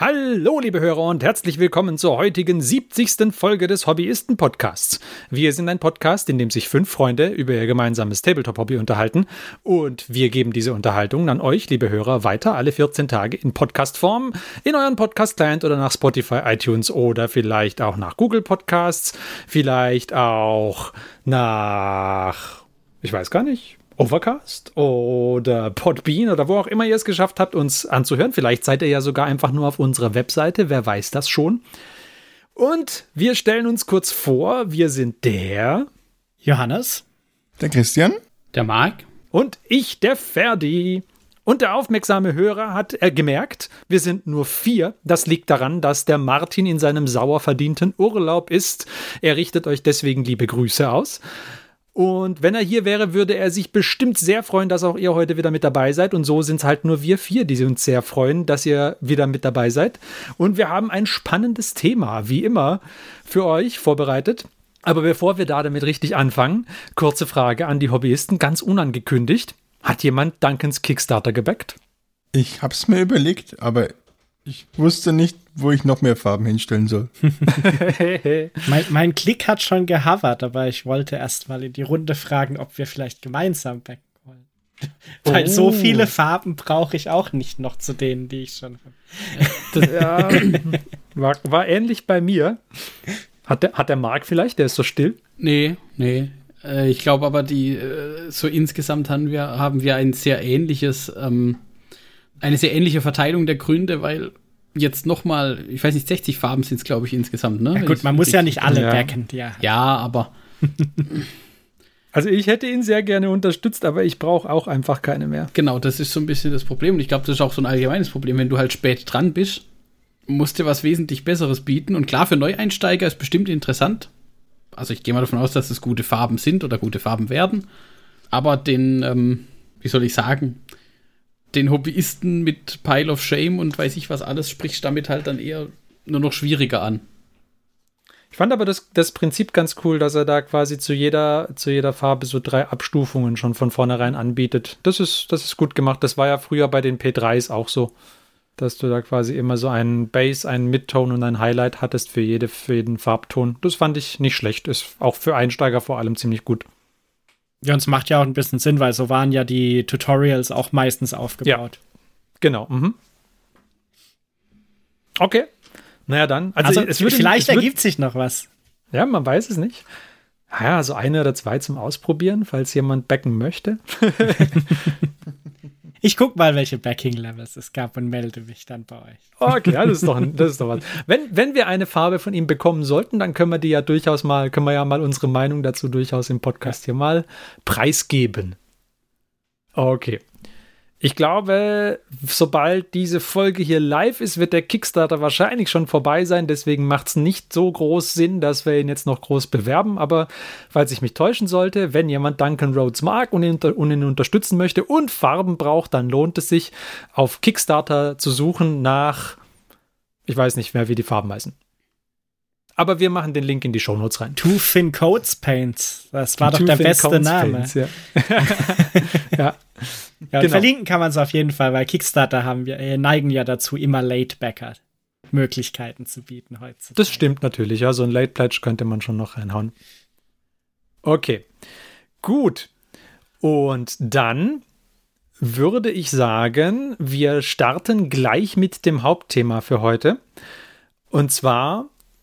Hallo, liebe Hörer und herzlich willkommen zur heutigen 70. Folge des Hobbyisten-Podcasts. Wir sind ein Podcast, in dem sich 5 Freunde über ihr gemeinsames Tabletop-Hobby unterhalten und wir geben diese Unterhaltung an euch, liebe Hörer, weiter alle 14 Tage in Podcast-Form, in euren Podcast-Client oder nach Spotify, iTunes oder vielleicht auch nach Google Podcasts, vielleicht auch nach, ich weiß gar nicht, Overcast oder Podbean oder wo auch immer ihr es geschafft habt, uns anzuhören. Vielleicht seid ihr ja sogar einfach nur auf unserer Webseite, wer weiß das schon. Und wir stellen uns kurz vor, wir sind der Johannes, der Christian, der Marc und ich, der Ferdi. Und der aufmerksame Hörer hat gemerkt, wir sind nur 4. Das liegt daran, dass der Martin in seinem sauer verdienten Urlaub ist. Er richtet euch deswegen liebe Grüße aus. Und wenn er hier wäre, würde er sich bestimmt sehr freuen, dass auch ihr heute wieder mit dabei seid. Und so sind es halt nur wir 4, die uns sehr freuen, dass ihr wieder mit dabei seid. Und wir haben ein spannendes Thema, wie immer, für euch vorbereitet. Aber bevor wir damit richtig anfangen, kurze Frage an die Hobbyisten, ganz unangekündigt. Hat jemand Duncans Kickstarter gebackt? Ich hab's mir überlegt, aber ich wusste nicht, wo ich noch mehr Farben hinstellen soll. mein Klick hat schon gehovert, aber ich wollte erst mal in die Runde fragen, ob wir vielleicht gemeinsam backen wollen. Weil so viele Farben brauche ich auch nicht noch zu denen, die ich schon habe. War ähnlich bei mir. Hat der Marc vielleicht? Der ist so still. Nee. Ich glaube aber, so insgesamt haben wir ein sehr ähnliches, eine sehr ähnliche Verteilung der Gründe, weil jetzt nochmal, ich weiß nicht, 60 Farben sind es, glaube ich, insgesamt, ne? Ja, gut, man muss ja nicht alle backen. Ja, aber also ich hätte ihn sehr gerne unterstützt, aber ich brauche auch einfach keine mehr. Genau, das ist so ein bisschen das Problem. Und ich glaube, das ist auch so ein allgemeines Problem. Wenn du halt spät dran bist, musst du was wesentlich Besseres bieten. Und klar, für Neueinsteiger ist bestimmt interessant. Also ich gehe mal davon aus, dass es gute Farben sind oder gute Farben werden. Aber wie soll ich sagen, den Hobbyisten mit Pile of Shame und weiß ich was alles, sprichst damit halt dann eher nur noch schwieriger an. Ich fand aber das Prinzip ganz cool, dass er da quasi zu jeder Farbe so 3 Abstufungen schon von vornherein anbietet. Das ist gut gemacht. Das war ja früher bei den P3s auch so, dass du da quasi immer so einen Base, einen Midtone und ein Highlight hattest für jeden Farbton. Das fand ich nicht schlecht. Ist auch für Einsteiger vor allem ziemlich gut. Ja, und es macht ja auch ein bisschen Sinn, weil so waren ja die Tutorials auch meistens aufgebaut. Ja, genau. Mhm. Okay. Naja, dann. Also vielleicht ergibt sich noch was. Ja, man weiß es nicht. Ja, so 1 oder 2 zum Ausprobieren, falls jemand backen möchte. Ich guck mal, welche Backing-Levels es gab und melde mich dann bei euch. Okay, ja, das ist doch was. Wenn wir eine Farbe von ihm bekommen sollten, dann können wir ja mal unsere Meinung dazu durchaus im Podcast hier mal preisgeben. Okay. Ich glaube, sobald diese Folge hier live ist, wird der Kickstarter wahrscheinlich schon vorbei sein. Deswegen macht es nicht so groß Sinn, dass wir ihn jetzt noch groß bewerben. Aber falls ich mich täuschen sollte, wenn jemand Duncan Rhodes mag und ihn unterstützen möchte und Farben braucht, dann lohnt es sich, auf Kickstarter zu suchen nach, ich weiß nicht mehr, wie die Farben heißen. Aber wir machen den Link in die Shownotes rein. Too Thin Coats Paints. Das war doch der beste Name. Paints, ja. Ja. Ja, genau. Verlinken kann man es auf jeden Fall, weil Kickstarter neigen ja dazu, immer Late-Backer-Möglichkeiten zu bieten heutzutage. Das stimmt natürlich, ja, so ein Late-Pledge könnte man schon noch reinhauen. Okay, gut. Und dann würde ich sagen, wir starten gleich mit dem Hauptthema für heute. Und zwar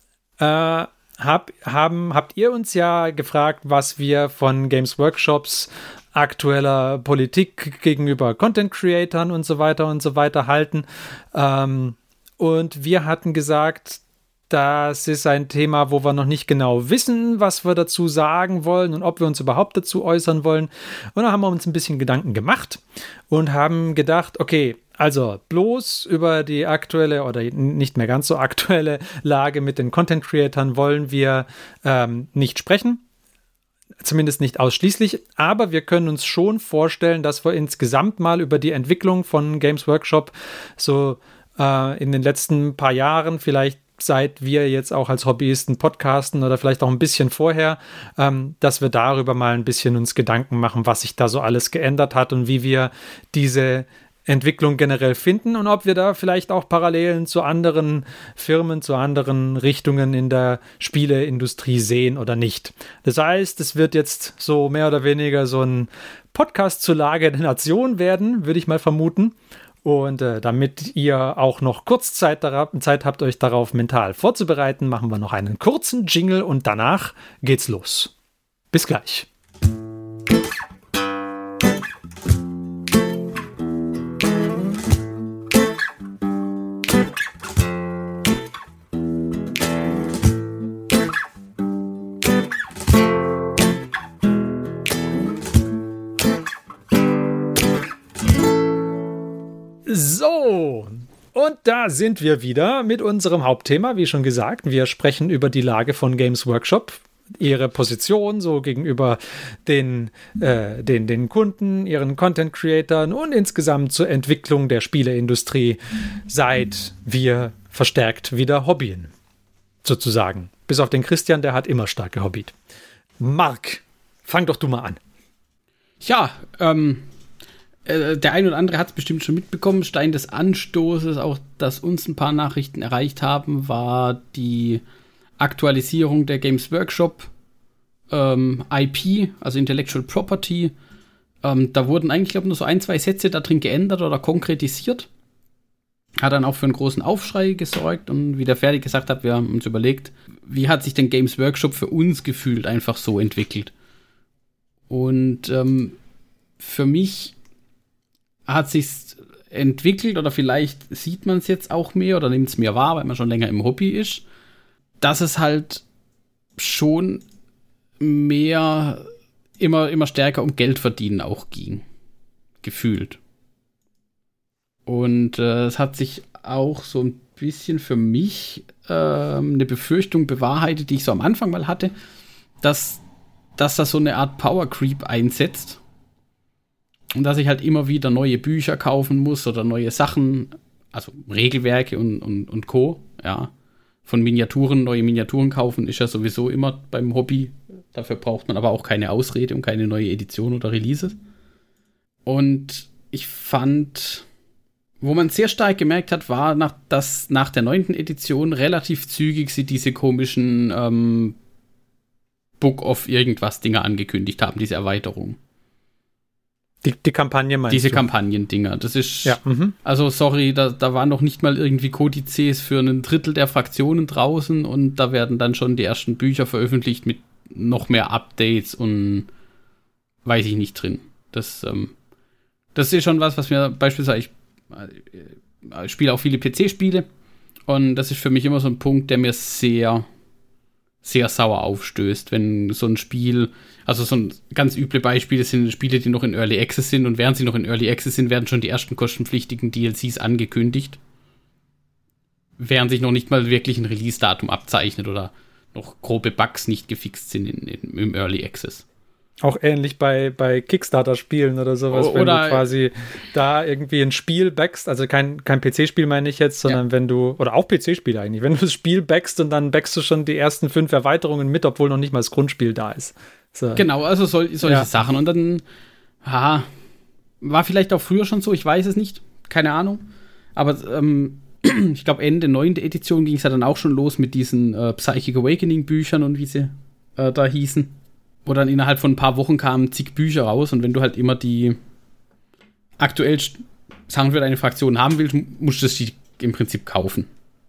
habt ihr uns ja gefragt, was wir von Games Workshops aktueller Politik gegenüber Content-Creatern und so weiter halten. Und wir hatten gesagt, das ist ein Thema, wo wir noch nicht genau wissen, was wir dazu sagen wollen und ob wir uns überhaupt dazu äußern wollen. Und da haben wir uns ein bisschen Gedanken gemacht und haben gedacht, okay, also bloß über die aktuelle oder nicht mehr ganz so aktuelle Lage mit den Content-Creatern wollen wir nicht sprechen. Zumindest nicht ausschließlich, aber wir können uns schon vorstellen, dass wir insgesamt mal über die Entwicklung von Games Workshop so in den letzten paar Jahren, vielleicht seit wir jetzt auch als Hobbyisten podcasten oder vielleicht auch ein bisschen vorher, dass wir darüber mal ein bisschen uns Gedanken machen, was sich da so alles geändert hat und wie wir diese Entwicklung generell finden und ob wir da vielleicht auch Parallelen zu anderen Firmen, zu anderen Richtungen in der Spieleindustrie sehen oder nicht. Das heißt, es wird jetzt so mehr oder weniger so ein Podcast zur Lage der Nation werden, würde ich mal vermuten. Und damit ihr auch noch kurz Zeit habt, euch darauf mental vorzubereiten, machen wir noch einen kurzen Jingle und danach geht's los. Bis gleich. So, und da sind wir wieder mit unserem Hauptthema, wie schon gesagt. Wir sprechen über die Lage von Games Workshop, ihre Position so gegenüber den Kunden, ihren Content-Creatern und insgesamt zur Entwicklung der Spieleindustrie, seit wir verstärkt wieder hobbyen, sozusagen. Bis auf den Christian, der hat immer stark gehobbyt. Marc, fang doch du mal an. Ja, der ein oder andere hat es bestimmt schon mitbekommen. Stein des Anstoßes, auch dass uns ein paar Nachrichten erreicht haben, war die Aktualisierung der Games Workshop IP, also Intellectual Property. Da wurden eigentlich, glaube ich, nur so 1-2 Sätze da drin geändert oder konkretisiert. Hat dann auch für einen großen Aufschrei gesorgt. Und wie der Ferdi gesagt hat, wir haben uns überlegt, wie hat sich denn Games Workshop für uns gefühlt einfach so entwickelt. Und für mich hat sich's entwickelt, oder vielleicht sieht man es jetzt auch mehr oder nimmt es mehr wahr, weil man schon länger im Hobby ist, dass es halt schon mehr, immer stärker um Geld verdienen auch ging. Gefühlt. Und es hat sich auch so ein bisschen für mich eine Befürchtung bewahrheitet, die ich so am Anfang mal hatte, dass da so eine Art Power Creep einsetzt. Und dass ich halt immer wieder neue Bücher kaufen muss oder neue Sachen, also Regelwerke und Co. Ja. Von Miniaturen, neue Miniaturen kaufen ist ja sowieso immer beim Hobby. Dafür braucht man aber auch keine Ausrede und keine neue Edition oder Releases. Und ich fand, wo man sehr stark gemerkt hat, war, dass nach der 9. Edition relativ zügig sie diese komischen Book of irgendwas Dinger angekündigt haben, diese Erweiterung. Die Kampagne meinst Diese du? Kampagnendinger. Das ist, ja, also sorry, da waren noch nicht mal irgendwie Kodizes für 1/3 der Fraktionen draußen und da werden dann schon die ersten Bücher veröffentlicht mit noch mehr Updates und weiß ich nicht drin. Das ist schon was mir beispielsweise, ich spiele auch viele PC-Spiele und das ist für mich immer so ein Punkt, der mir sehr, sehr sauer aufstößt, wenn so ein Spiel, also so ein ganz üble Beispiele sind Spiele, die noch in Early Access sind und während sie noch in Early Access sind, werden schon die ersten kostenpflichtigen DLCs angekündigt, während sich noch nicht mal wirklich ein Release-Datum abzeichnet oder noch grobe Bugs nicht gefixt sind im Early Access. Auch ähnlich bei Kickstarter-Spielen oder sowas, wenn du quasi da irgendwie ein Spiel backst, also kein PC-Spiel meine ich jetzt, sondern wenn du, oder auch PC-Spiele eigentlich, wenn du das Spiel backst und dann backst du schon die ersten 5 Erweiterungen mit, obwohl noch nicht mal das Grundspiel da ist. So. Genau, also solche Sachen. Und dann, war vielleicht auch früher schon so, ich weiß es nicht, keine Ahnung. Aber ich glaube, Ende 9. Edition ging es ja dann auch schon los mit diesen Psychic Awakening-Büchern und wie sie da hießen. Wo dann innerhalb von ein paar Wochen kamen zig Bücher raus und wenn du halt immer die aktuell Sachen für deine Fraktion haben willst, musst du die im Prinzip kaufen.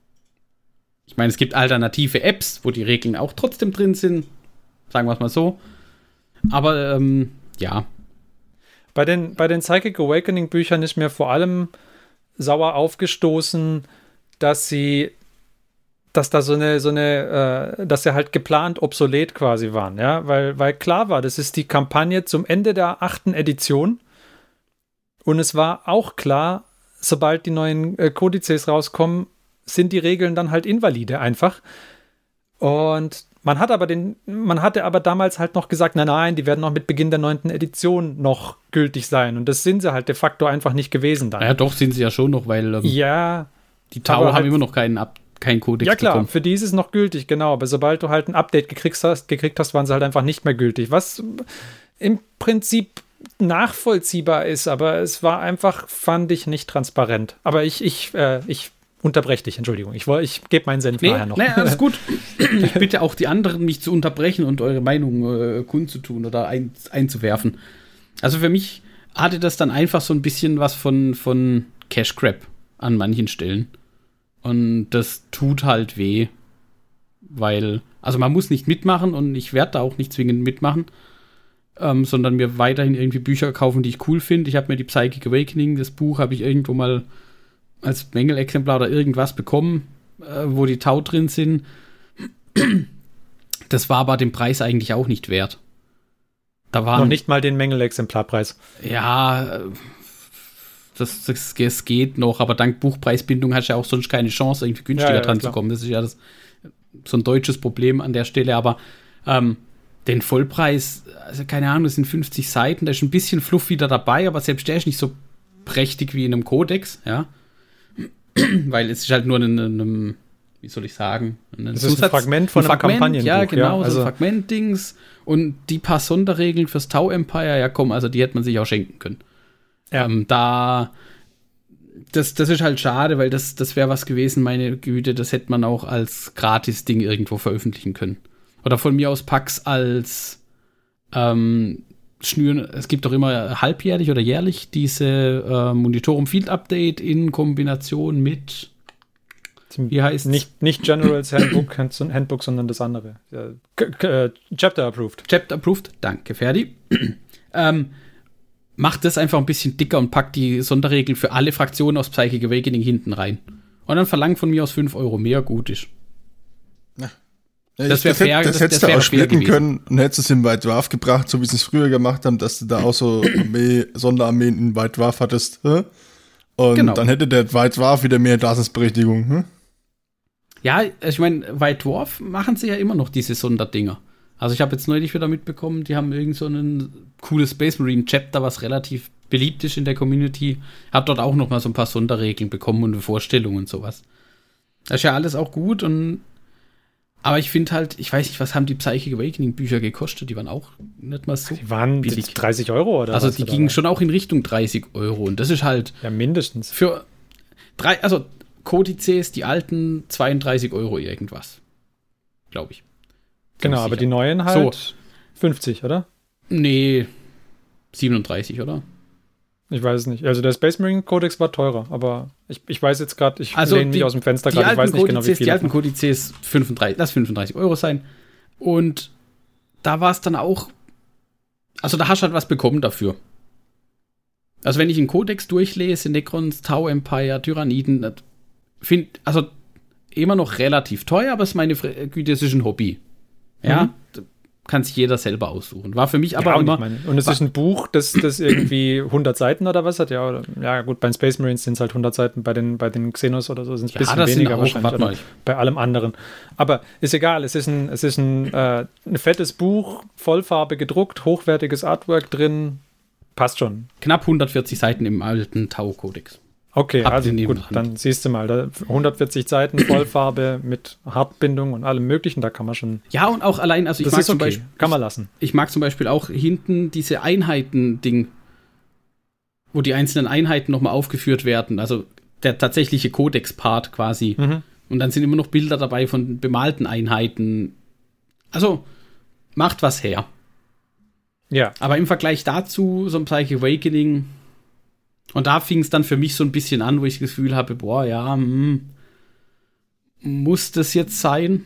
Ich meine, es gibt alternative Apps, wo die Regeln auch trotzdem drin sind, sagen wir es mal so. Aber, ja. Bei den Psychic Awakening Büchern ist mir vor allem sauer aufgestoßen, dass sie halt geplant obsolet quasi waren, ja, weil klar war, das ist die Kampagne zum Ende der 8. Edition und es war auch klar, sobald die neuen Kodizes rauskommen, sind die Regeln dann halt invalide einfach und man hatte aber damals halt noch gesagt, nein, die werden noch mit Beginn der 9. Edition noch gültig sein und das sind sie halt de facto einfach nicht gewesen dann. Ja, doch, sind sie ja schon noch, weil die Tau haben immer noch kein Kodex. Ja klar, bekommen. für die ist es noch gültig, genau. Aber sobald du halt ein Update gekriegt hast, waren sie halt einfach nicht mehr gültig. Was im Prinzip nachvollziehbar ist, aber es war einfach, fand ich, nicht transparent. Aber ich unterbreche dich, Entschuldigung. Ich gebe meinen Senf nachher noch. Nee, alles gut. Ich bitte auch die anderen, mich zu unterbrechen und eure Meinung kundzutun oder einzuwerfen. Also für mich hatte das dann einfach so ein bisschen was von Cash Grab an manchen Stellen. Und das tut halt weh. Weil, also man muss nicht mitmachen und ich werde da auch nicht zwingend mitmachen, sondern mir weiterhin irgendwie Bücher kaufen, die ich cool finde. Ich habe mir die Psychic Awakening, das Buch habe ich irgendwo mal als Mängelexemplar oder irgendwas bekommen, wo die Tau drin sind. Das war aber den Preis eigentlich auch nicht wert. Da waren noch nicht mal den Mängelexemplarpreis. Ja, das geht noch, aber dank Buchpreisbindung hast du ja auch sonst keine Chance, irgendwie günstiger dran zu kommen. Das ist ja so ein deutsches Problem an der Stelle, aber den Vollpreis, also keine Ahnung, das sind 50 Seiten, da ist ein bisschen Fluff wieder dabei, aber selbst der ist nicht so prächtig wie in einem Kodex, ja. Weil es ist halt nur wie soll ich sagen? Das ist ein Fragment von einem Kampagnenbuch. Ja, genau, also so ein Fragment-Dings. Und die paar Sonderregeln fürs Tau Empire, ja komm, also die hätte man sich auch schenken können. Ja. Das ist halt schade, weil das wäre was gewesen, meine Güte, das hätte man auch als Gratis-Ding irgendwo veröffentlichen können. Oder von mir aus Pax als Schnüren, es gibt doch immer halbjährlich oder jährlich diese Monitorum Field Update in Kombination mit, wie heißt es? Nicht General's Handbook, sondern das andere. Chapter Approved. Chapter Approved, danke, Ferdi. Macht das einfach ein bisschen dicker und packt die Sonderregeln für alle Fraktionen aus Psychic Awakening hinten rein. Und dann verlangt von mir aus 5 Euro mehr, gut ist. Ja, das wäre fair. Das hättest du auch splitten können und hättest es in White Dwarf gebracht, so wie sie es früher gemacht haben, dass du da auch so Sonderarmeen in White Dwarf hattest. Und dann hätte der White Dwarf wieder mehr Daseinsberechtigung. Ja, ich meine, White Dwarf machen sie ja immer noch diese Sonderdinger. Also ich habe jetzt neulich wieder mitbekommen, die haben irgend so ein cooles Space Marine Chapter, was relativ beliebt ist in der Community. Hat dort auch noch mal so ein paar Sonderregeln bekommen und eine Vorstellung und sowas. Das ist ja alles auch gut aber ich finde halt, ich weiß nicht, was haben die Psychic Awakening Bücher gekostet? Die waren auch nicht mal so Die waren billig. 30 Euro oder also was? Also die gingen schon auch in Richtung 30 Euro und das ist halt ja mindestens. Für Kodizes, die alten 32 Euro irgendwas. Glaube ich. Genau, aber die neuen halt so. 50, oder? Nee, 37, oder? Ich weiß es nicht. Also der Space Marine Codex war teurer, aber ich weiß jetzt gerade, lehne mich aus dem Fenster gerade, ich weiß nicht genau, wie viel. Die alten Kodizes, 35 Euro sein. Und da war es dann auch, also da hast du halt was bekommen dafür. Also wenn ich einen Codex durchlese, Necrons, Tau Empire, Tyranniden, finde, also immer noch relativ teuer, aber es ist meine Güte, es ist ein Hobby. Ja, kann sich jeder selber aussuchen. War für mich aber ja, immer... Und es ist ein Buch, das irgendwie 100 Seiten oder was hat. Ja, gut, bei den Space Marines sind es halt 100 Seiten, bei den Xenos oder so sind es ein bisschen weniger wahrscheinlich. Bei allem anderen. Aber ist egal, es ist ein fettes Buch, Vollfarbe gedruckt, hochwertiges Artwork drin, passt schon. Knapp 140 Seiten im alten Tau-Kodex. Okay, also gut, dann siehst du mal, 140 Seiten Vollfarbe mit Hartbindung und allem möglichen, da kann man schon... Ja, und auch allein, also ich mag zum Beispiel... Kann man lassen. Ich mag zum Beispiel auch hinten diese Einheiten-Ding, wo die einzelnen Einheiten nochmal aufgeführt werden, also der tatsächliche Codex-Part quasi. Mhm. Und dann sind immer noch Bilder dabei von bemalten Einheiten. Also, macht was her. Ja. Aber im Vergleich dazu, so ein Psychic Awakening... Und da fing es dann für mich so ein bisschen an, wo ich das Gefühl habe, muss das jetzt sein?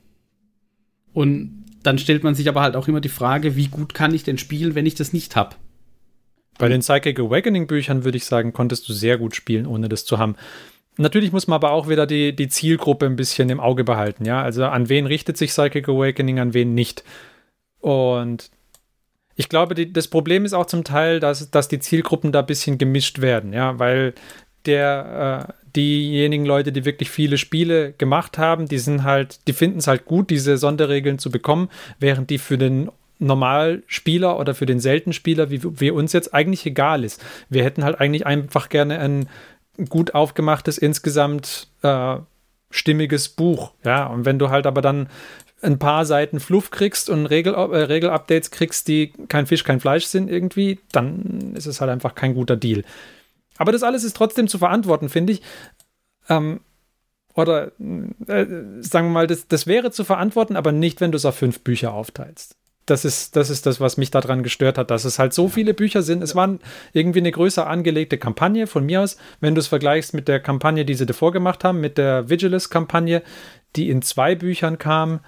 Und dann stellt man sich aber halt auch immer die Frage, wie gut kann ich denn spielen, wenn ich das nicht habe? Bei den Psychic Awakening Büchern würde ich sagen, konntest du sehr gut spielen, ohne das zu haben. Natürlich muss man aber auch wieder die Zielgruppe ein bisschen im Auge behalten, ja? Also an wen richtet sich Psychic Awakening, an wen nicht? Und ich glaube, das Problem ist auch zum Teil, dass die Zielgruppen da ein bisschen gemischt werden, ja, weil diejenigen Leute, die wirklich viele Spiele gemacht haben, die finden es halt gut, diese Sonderregeln zu bekommen, während die für den Normalspieler oder für den Seltenspieler, wie uns jetzt, eigentlich egal ist. Wir hätten halt eigentlich einfach gerne ein gut aufgemachtes, insgesamt stimmiges Buch, ja, und wenn du halt aber dann ein paar Seiten Fluff kriegst und Regelupdates kriegst, die kein Fisch, kein Fleisch sind irgendwie, dann ist es halt einfach kein guter Deal. Aber das alles ist trotzdem zu verantworten, finde ich. Sagen wir mal, das wäre zu verantworten, aber nicht, wenn du es auf 5 Bücher aufteilst. Das ist das, was mich daran gestört hat, dass es halt so viele Bücher sind. Es war irgendwie eine größer angelegte Kampagne von mir aus, wenn du es vergleichst mit der Kampagne, die sie davor gemacht haben, mit der Vigilus-Kampagne, die in 2 Büchern kam.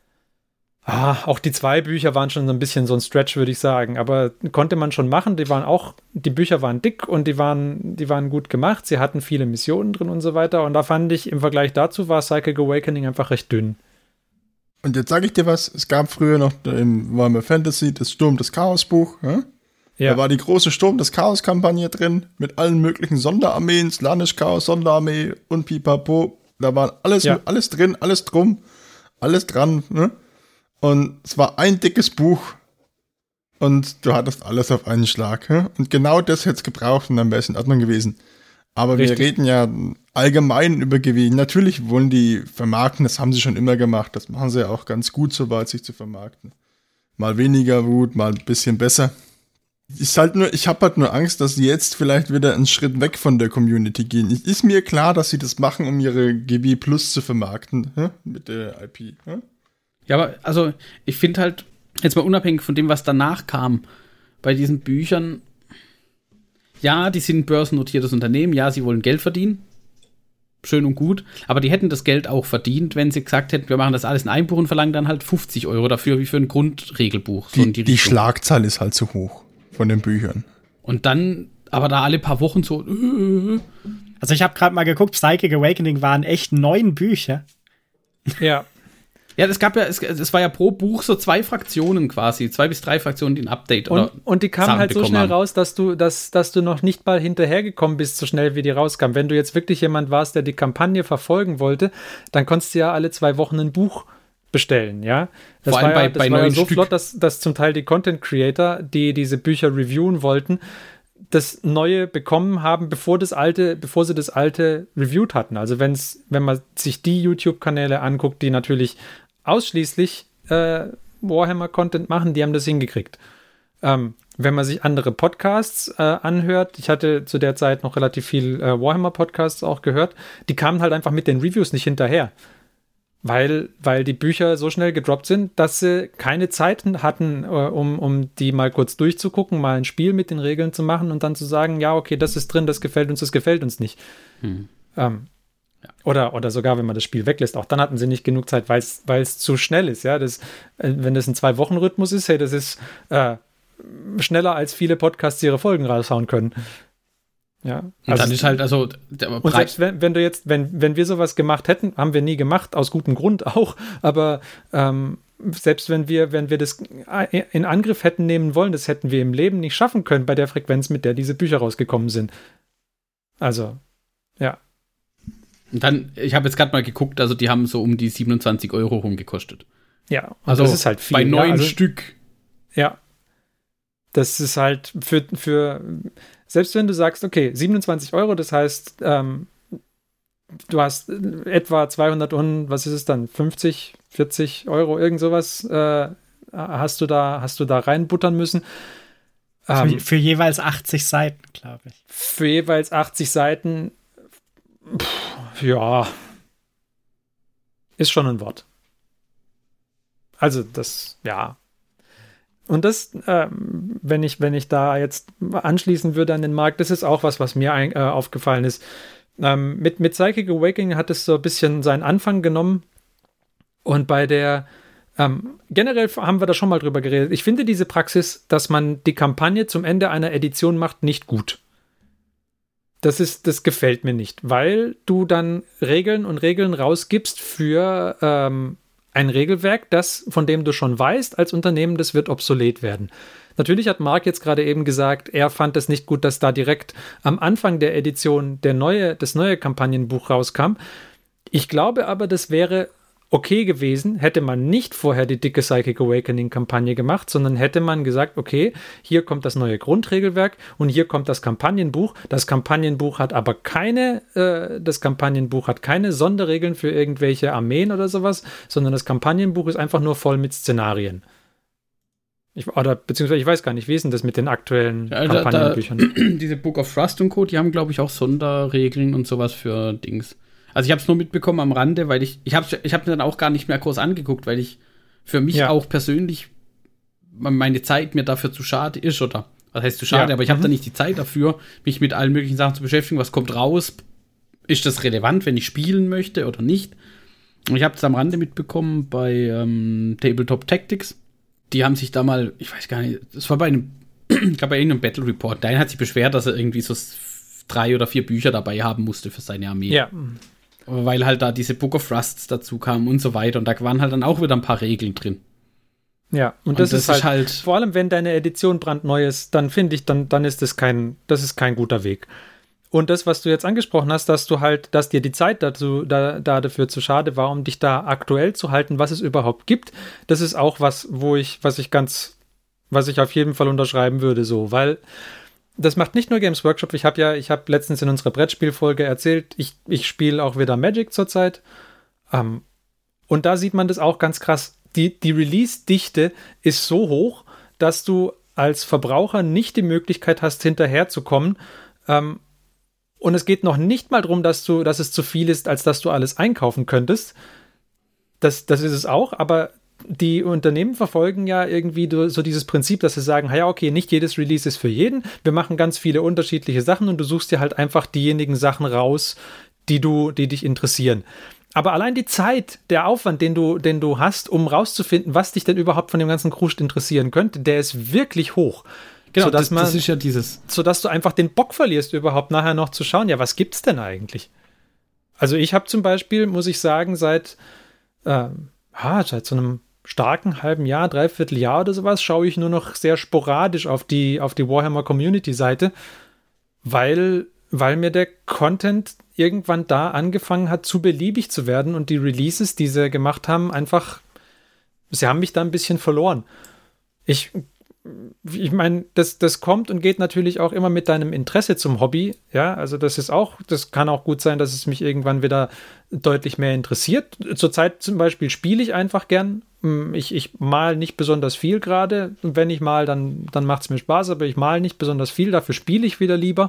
Auch die 2 Bücher waren schon so ein bisschen so ein Stretch, würde ich sagen. Aber konnte man schon machen. Die Bücher waren dick und die waren gut gemacht. Sie hatten viele Missionen drin und so weiter. Und da fand ich, im Vergleich dazu war Psychic Awakening einfach recht dünn. Und jetzt sage ich dir was, es gab früher noch im Warhammer Fantasy das Sturm des Chaos Buch. Ja? Da war die große Sturm des Chaos Kampagne drin, mit allen möglichen Sonderarmeen, Slanish Chaos Sonderarmee und Pipapo. Da war alles drin, alles drum, alles dran, ne? Und es war ein dickes Buch und du hattest alles auf einen Schlag. Und genau das hätte es gebraucht und dann wäre es in Ordnung gewesen. Aber Richtig. Wir reden ja allgemein über GW. Natürlich wollen die vermarkten, das haben sie schon immer gemacht. Das machen sie ja auch ganz gut, soweit sich zu vermarkten. Mal weniger gut, mal ein bisschen besser. Ich habe halt nur Angst, dass sie jetzt vielleicht wieder einen Schritt weg von der Community gehen. Ist mir klar, dass sie das machen, um ihre GW Plus zu vermarkten, mit der IP. Ja, aber also ich finde halt, jetzt mal unabhängig von dem, was danach kam, bei diesen Büchern, ja, die sind ein börsennotiertes Unternehmen, ja, sie wollen Geld verdienen, schön und gut, aber die hätten das Geld auch verdient, wenn sie gesagt hätten, wir machen das alles in einem Buch und verlangen dann halt 50 € dafür, wie für ein Grundregelbuch. Die Schlagzahl ist halt zu hoch von den Büchern. Und dann, aber da alle paar Wochen so. Also ich habe gerade mal geguckt, Psychic Awakening waren echt 9 Bücher. Ja. Ja, es war ja pro Buch so 2 Fraktionen quasi, 2 bis 3 Fraktionen, die ein Update und die kamen halt so schnell raus, dass du noch nicht mal hinterhergekommen bist, so schnell wie die rauskamen. Wenn du jetzt wirklich jemand warst, der die Kampagne verfolgen wollte, dann konntest du ja alle 2 Wochen ein Buch bestellen, ja. Das Vor allem bei war ja so flott, dass zum Teil die Content Creator, die diese Bücher reviewen wollten, das Neue bekommen haben, bevor sie das Alte reviewed hatten. Also wenn man sich die YouTube-Kanäle anguckt, die natürlich ausschließlich Warhammer-Content machen, die haben das hingekriegt. Wenn man sich andere Podcasts anhört, ich hatte zu der Zeit noch relativ viel Warhammer-Podcasts auch gehört, die kamen halt einfach mit den Reviews nicht hinterher. Weil die Bücher so schnell gedroppt sind, dass sie keine Zeit hatten, um die mal kurz durchzugucken, mal ein Spiel mit den Regeln zu machen und dann zu sagen, ja, okay, das ist drin, das gefällt uns nicht. Oder sogar, wenn man das Spiel weglässt, auch dann hatten sie nicht genug Zeit, weil es zu schnell ist. Ja? Wenn das ein 2-Wochen-Rhythmus ist, hey, das ist schneller, als viele Podcasts ihre Folgen raushauen können. Ja, und dann ist halt, also und selbst wenn wir sowas gemacht hätten, haben wir nie gemacht, aus gutem Grund auch, aber selbst wenn wir das in Angriff hätten nehmen wollen, das hätten wir im Leben nicht schaffen können bei der Frequenz, mit der diese Bücher rausgekommen sind. Also, ja. Und dann, ich habe jetzt gerade mal geguckt, also die haben so um die 27 € rumgekostet. Ja, also das ist halt viel. Bei 9 Stück. Ja. Das ist halt für selbst wenn du sagst, okay, 27 €, das heißt, du hast etwa 200 und, was ist es dann, 50, 40 €, irgend sowas hast du da reinbuttern müssen. Für jeweils 80 Seiten, glaube ich. Für jeweils 80 Seiten, ja, ist schon ein Wort. Also das, ja. Und das, wenn ich da jetzt anschließen würde an den Markt, das ist auch was mir aufgefallen ist. Mit Psychic Awakening hat es so ein bisschen seinen Anfang genommen und bei der generell haben wir da schon mal drüber geredet. Ich finde diese Praxis, dass man die Kampagne zum Ende einer Edition macht, nicht gut. Das gefällt mir nicht, weil du dann Regeln rausgibst für ein Regelwerk, von dem du schon weißt, als Unternehmen, das wird obsolet werden. Natürlich hat Marc jetzt gerade eben gesagt, er fand es nicht gut, dass da direkt am Anfang der Edition das neue Kampagnenbuch rauskam. Ich glaube aber, das wäre okay gewesen, hätte man nicht vorher die dicke Psychic Awakening-Kampagne gemacht, sondern hätte man gesagt, okay, hier kommt das neue Grundregelwerk und hier kommt das Kampagnenbuch. Das Kampagnenbuch hat aber keine Sonderregeln für irgendwelche Armeen oder sowas, sondern das Kampagnenbuch ist einfach nur voll mit Szenarien. Beziehungsweise ich weiß gar nicht, wie ist denn das mit den aktuellen Kampagnenbüchern? Diese Book of Trust und Co., die haben, glaube ich, auch Sonderregeln und sowas für Dings. Also ich habe es nur mitbekommen am Rande, weil ich habe mir dann auch gar nicht mehr groß angeguckt, weil ich für mich auch persönlich meine Zeit mir dafür zu schade ist, oder was heißt zu schade, aber ich habe da nicht die Zeit dafür, mich mit allen möglichen Sachen zu beschäftigen, was kommt raus, ist das relevant, wenn ich spielen möchte oder nicht. Und ich habe es am Rande mitbekommen bei Tabletop Tactics. Die haben sich da mal, ich weiß gar nicht, das war ich glaube bei irgendeinem Battle Report, der eine hat sich beschwert, dass er irgendwie so 3 oder 4 Bücher dabei haben musste für seine Armee. Ja. Weil halt da diese Book of Rusts dazu kamen und so weiter. Und da waren halt dann auch wieder ein paar Regeln drin. Ja, und das ist halt, vor allem wenn deine Edition brandneu ist, dann finde ich, dann ist das ist kein guter Weg. Und das, was du jetzt angesprochen hast, dass dir die Zeit dafür zu schade war, um dich da aktuell zu halten, was es überhaupt gibt, das ist auch was ich auf jeden Fall unterschreiben würde, so, weil das macht nicht nur Games Workshop. Ich habe letztens in unserer Brettspielfolge erzählt, ich spiele auch wieder Magic zurzeit. Und da sieht man das auch ganz krass. Die Release-Dichte ist so hoch, dass du als Verbraucher nicht die Möglichkeit hast, hinterherzukommen. Und es geht noch nicht mal darum, dass es zu viel ist, als dass du alles einkaufen könntest. Das ist es auch, aber die Unternehmen verfolgen ja irgendwie so dieses Prinzip, dass sie sagen, ja, okay, nicht jedes Release ist für jeden. Wir machen ganz viele unterschiedliche Sachen und du suchst dir halt einfach diejenigen Sachen raus, die dich interessieren. Aber allein die Zeit, der Aufwand, den du hast, um rauszufinden, was dich denn überhaupt von dem ganzen Kruscht interessieren könnte, der ist wirklich hoch. Genau, das ist ja dieses. Sodass du einfach den Bock verlierst, überhaupt nachher noch zu schauen, ja, was gibt's denn eigentlich? Also ich habe zum Beispiel, muss ich sagen, seit so einem starken halben Jahr, Dreivierteljahr oder sowas, schaue ich nur noch sehr sporadisch auf die Warhammer Community-Seite, weil mir der Content irgendwann da angefangen hat, zu beliebig zu werden und die Releases, die sie gemacht haben, sie haben mich da ein bisschen verloren. Ich meine, das kommt und geht natürlich auch immer mit deinem Interesse zum Hobby, ja, also das kann auch gut sein, dass es mich irgendwann wieder deutlich mehr interessiert. Zurzeit zum Beispiel spiele ich einfach gern. Ich mal nicht besonders viel gerade. Wenn ich mal, dann macht es mir Spaß, aber ich mal nicht besonders viel, dafür spiele ich wieder lieber.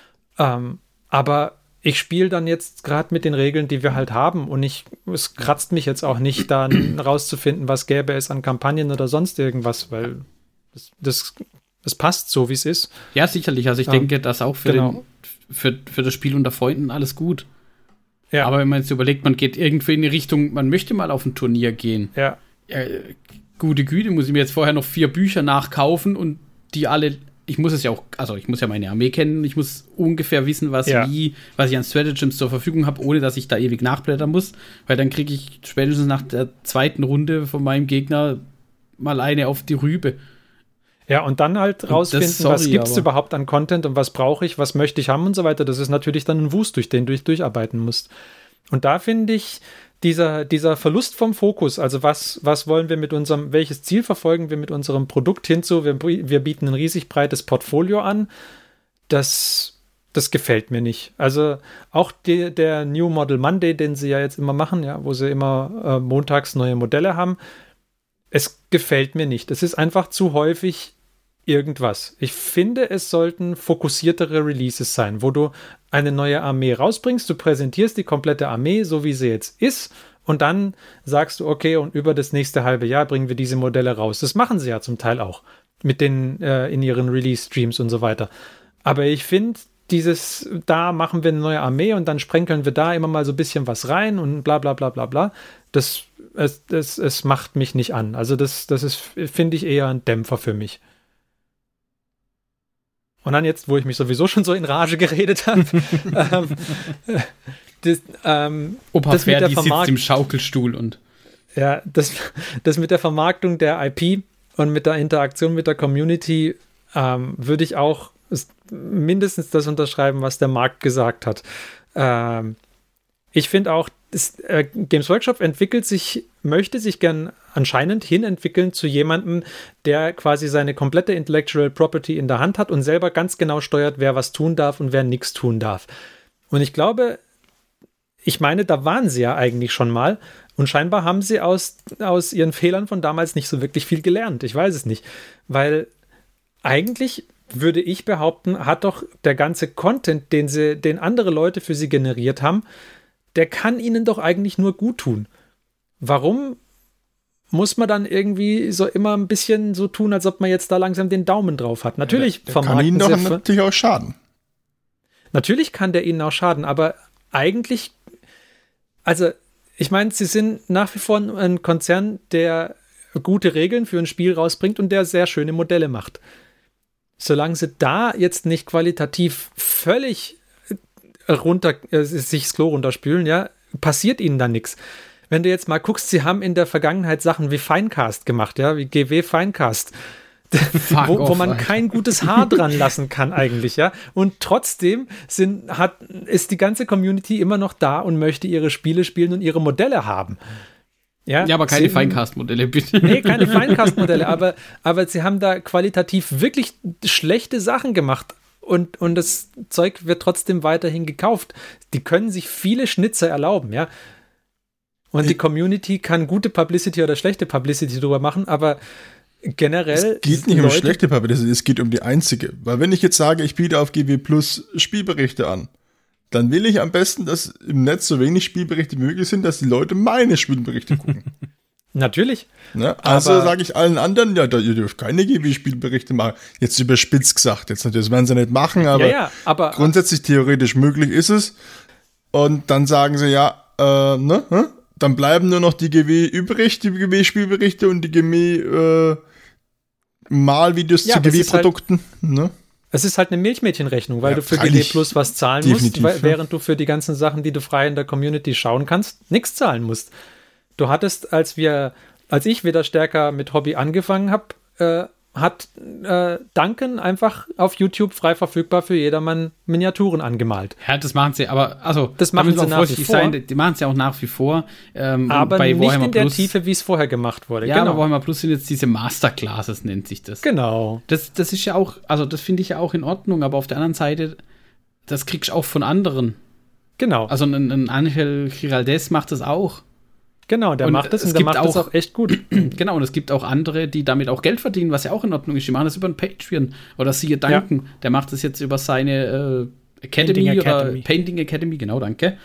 Aber ich spiele dann jetzt gerade mit den Regeln, die wir halt haben und es kratzt mich jetzt auch nicht, dann rauszufinden, was gäbe es an Kampagnen oder sonst irgendwas, weil das passt so, wie es ist. Ja, sicherlich. Also ich denke, dass auch für das Spiel unter Freunden alles gut. Ja. Aber wenn man jetzt überlegt, man geht irgendwie in die Richtung, man möchte mal auf ein Turnier gehen. Ja. Gute Güte, muss ich mir jetzt vorher noch 4 Bücher nachkaufen und die alle, ich muss ja meine Armee kennen, ich muss ungefähr wissen, was ich an Stratagems zur Verfügung habe, ohne dass ich da ewig nachblättern muss, weil dann kriege ich spätestens nach der 2. Runde von meinem Gegner mal eine auf die Rübe. Ja, und dann halt rausfinden, was gibt es überhaupt an Content und was brauche ich, was möchte ich haben und so weiter. Das ist natürlich dann ein Wust, durch den du durcharbeiten musst. Und da finde ich, dieser Verlust vom Fokus, also was wollen wir welches Ziel verfolgen wir mit unserem Produkt hinzu, wir bieten ein riesig breites Portfolio an, das gefällt mir nicht. Also auch der New Model Monday, den sie ja jetzt immer machen, ja, wo sie immer montags neue Modelle haben, es gefällt mir nicht. Es ist einfach zu häufig irgendwas. Ich finde, es sollten fokussiertere Releases sein, wo du eine neue Armee rausbringst, du präsentierst die komplette Armee, so wie sie jetzt ist, und dann sagst du, okay, und über das nächste halbe Jahr bringen wir diese Modelle raus. Das machen sie ja zum Teil auch mit den in ihren Release-Streams und so weiter. Aber ich finde, da machen wir eine neue Armee und dann sprenkeln wir da immer mal so ein bisschen was rein und bla bla bla bla bla. Es macht mich nicht an. Also das ist, finde ich, eher ein Dämpfer für mich. Und dann jetzt, wo ich mich sowieso schon so in Rage geredet habe, Opa Ferdi sitzt im Schaukelstuhl und ja, das mit der Vermarktung der IP und mit der Interaktion mit der Community würde ich auch mindestens das unterschreiben, was der Markt gesagt hat. Ich finde auch, Games Workshop möchte sich gern anscheinend hinentwickeln zu jemandem, der quasi seine komplette Intellectual Property in der Hand hat und selber ganz genau steuert, wer was tun darf und wer nichts tun darf. Und ich glaube, da waren sie ja eigentlich schon mal und scheinbar haben sie aus ihren Fehlern von damals nicht so wirklich viel gelernt. Ich weiß es nicht, weil eigentlich würde ich behaupten, hat doch der ganze Content, den andere Leute für sie generiert haben, der kann ihnen doch eigentlich nur gut tun. Warum muss man dann irgendwie so immer ein bisschen so tun, als ob man jetzt da langsam den Daumen drauf hat? Natürlich der kann ihnen doch natürlich auch schaden. Natürlich kann der ihnen auch schaden, aber eigentlich, also ich meine, sie sind nach wie vor ein Konzern, der gute Regeln für ein Spiel rausbringt und der sehr schöne Modelle macht. Solange sie da jetzt nicht qualitativ völlig sich das Klo runterspülen, ja, passiert ihnen da nichts. Wenn du jetzt mal guckst, sie haben in der Vergangenheit Sachen wie Finecast gemacht, ja, wie GW Finecast, wo man kein gutes Haar dran lassen kann eigentlich, ja. Und trotzdem ist die ganze Community immer noch da und möchte ihre Spiele spielen und ihre Modelle haben. Ja, aber keine Finecast-Modelle, bitte. Nee, keine Finecast-Modelle, aber sie haben da qualitativ wirklich schlechte Sachen gemacht und das Zeug wird trotzdem weiterhin gekauft. Die können sich viele Schnitzer erlauben, ja. Und die Community kann gute Publicity oder schlechte Publicity drüber machen, aber generell. Es geht nicht um schlechte Publicity, es geht um die einzige. Weil wenn ich jetzt sage, ich biete auf GW Plus Spielberichte an, dann will ich am besten, dass im Netz so wenig Spielberichte möglich sind, dass die Leute meine Spielberichte gucken. Natürlich. Ne? Also sage ich allen anderen, ja, ihr dürft keine GW-Spielberichte machen. Jetzt überspitzt gesagt. Jetzt natürlich, das werden sie nicht machen, aber grundsätzlich theoretisch möglich ist es. Und dann sagen sie, ja, dann bleiben nur noch die GW übrig, die GW-Spielberichte und die GW Malvideos zu GW-Produkten. Halt, ne? Es ist halt eine Milchmädchenrechnung, weil du für GW Plus was zahlen musst, während du für die ganzen Sachen, die du frei in der Community schauen kannst, nichts zahlen musst. Du hattest, als ich wieder stärker mit Hobby angefangen habe, hat Duncan einfach auf YouTube frei verfügbar für jedermann Miniaturen angemalt. Ja, das machen sie, aber das machen sie nach wie vor. Die machen es ja auch nach wie vor. Aber bei nicht in der Tiefe, wie es vorher gemacht wurde. Ja, genau. Aber Warhammer Plus sind jetzt diese Masterclasses, nennt sich das. Genau. Das ist ja auch, also das finde ich ja auch in Ordnung, aber auf der anderen Seite, das kriegst du auch von anderen. Genau. Also ein Angel Giraldes macht das auch. Genau, der macht das und der macht das auch echt gut. Genau, und es gibt auch andere, die damit auch Geld verdienen, was ja auch in Ordnung ist. Die machen das über ein Patreon. Oder siehe Duncan, der macht das jetzt über seine Painting Academy, genau, danke.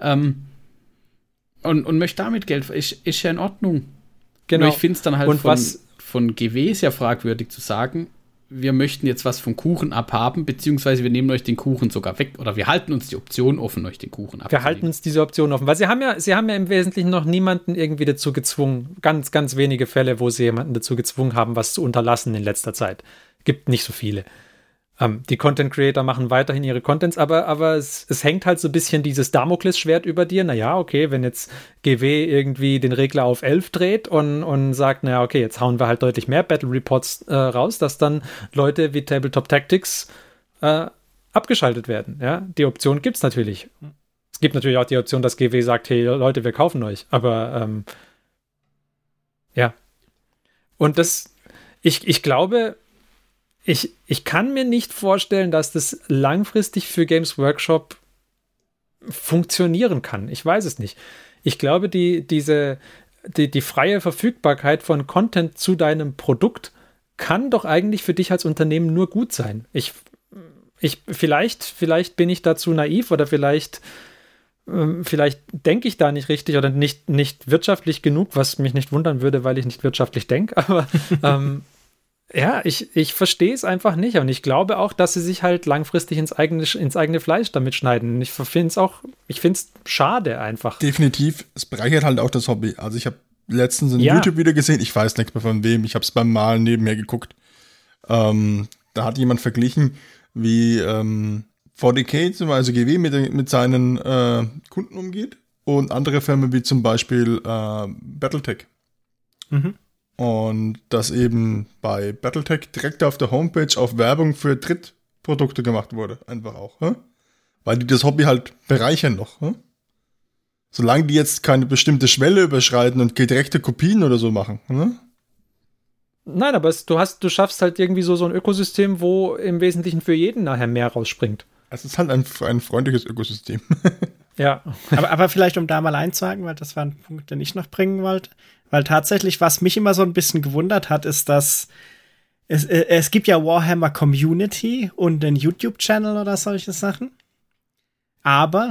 Und möchte damit Geld, ist ja in Ordnung. Genau. Nur ich finde es dann halt von GW sehr fragwürdig zu sagen, wir möchten jetzt was vom Kuchen abhaben, beziehungsweise wir nehmen euch den Kuchen sogar weg oder wir halten uns die Option offen, euch den Kuchen abzunehmen. Wir halten uns diese Option offen, weil sie haben ja im Wesentlichen noch niemanden irgendwie dazu gezwungen, ganz, ganz wenige Fälle, wo sie jemanden dazu gezwungen haben, was zu unterlassen in letzter Zeit. Gibt nicht so viele. Die Content Creator machen weiterhin ihre Contents, aber es hängt halt so ein bisschen dieses Damoklesschwert über dir. Naja, okay, wenn jetzt GW irgendwie den Regler auf 11 dreht und sagt, naja, okay, jetzt hauen wir halt deutlich mehr Battle Reports raus, dass dann Leute wie Tabletop Tactics abgeschaltet werden. Ja? Die Option gibt es natürlich. Es gibt natürlich auch die Option, dass GW sagt, hey Leute, wir kaufen euch. Aber ja. Und ich glaube, ich kann mir nicht vorstellen, dass das langfristig für Games Workshop funktionieren kann. Ich weiß es nicht. Ich glaube, die freie Verfügbarkeit von Content zu deinem Produkt kann doch eigentlich für dich als Unternehmen nur gut sein. Vielleicht bin ich dazu naiv oder vielleicht denke ich da nicht richtig oder nicht wirtschaftlich genug, was mich nicht wundern würde, weil ich nicht wirtschaftlich denke, aber ja, ich verstehe es einfach nicht und ich glaube auch, dass sie sich halt langfristig ins eigene Fleisch damit schneiden. Ich finde es schade einfach. Definitiv, es bereichert halt auch das Hobby. Also ich habe letztens ein YouTube-Video gesehen, ich weiß nicht mehr von wem, ich habe es beim Malen nebenher geguckt. Da hat jemand verglichen, wie 40k, zum Beispiel, also GW mit seinen Kunden umgeht und andere Firmen wie zum Beispiel Battletech. Mhm. Und dass eben bei Battletech direkt auf der Homepage auf Werbung für Drittprodukte gemacht wurde. Einfach auch. Weil die das Hobby halt bereichern noch. Solange die jetzt keine bestimmte Schwelle überschreiten und direkte Kopien oder so machen, ne? Nein, aber du schaffst halt irgendwie so ein Ökosystem, wo im Wesentlichen für jeden nachher mehr rausspringt. Es ist halt ein freundliches Ökosystem. Ja. aber vielleicht, um da mal einzuhaken, weil das war ein Punkt, den ich noch bringen wollte. Weil tatsächlich, was mich immer so ein bisschen gewundert hat, ist, dass es gibt ja Warhammer Community und einen YouTube-Channel oder solche Sachen. Aber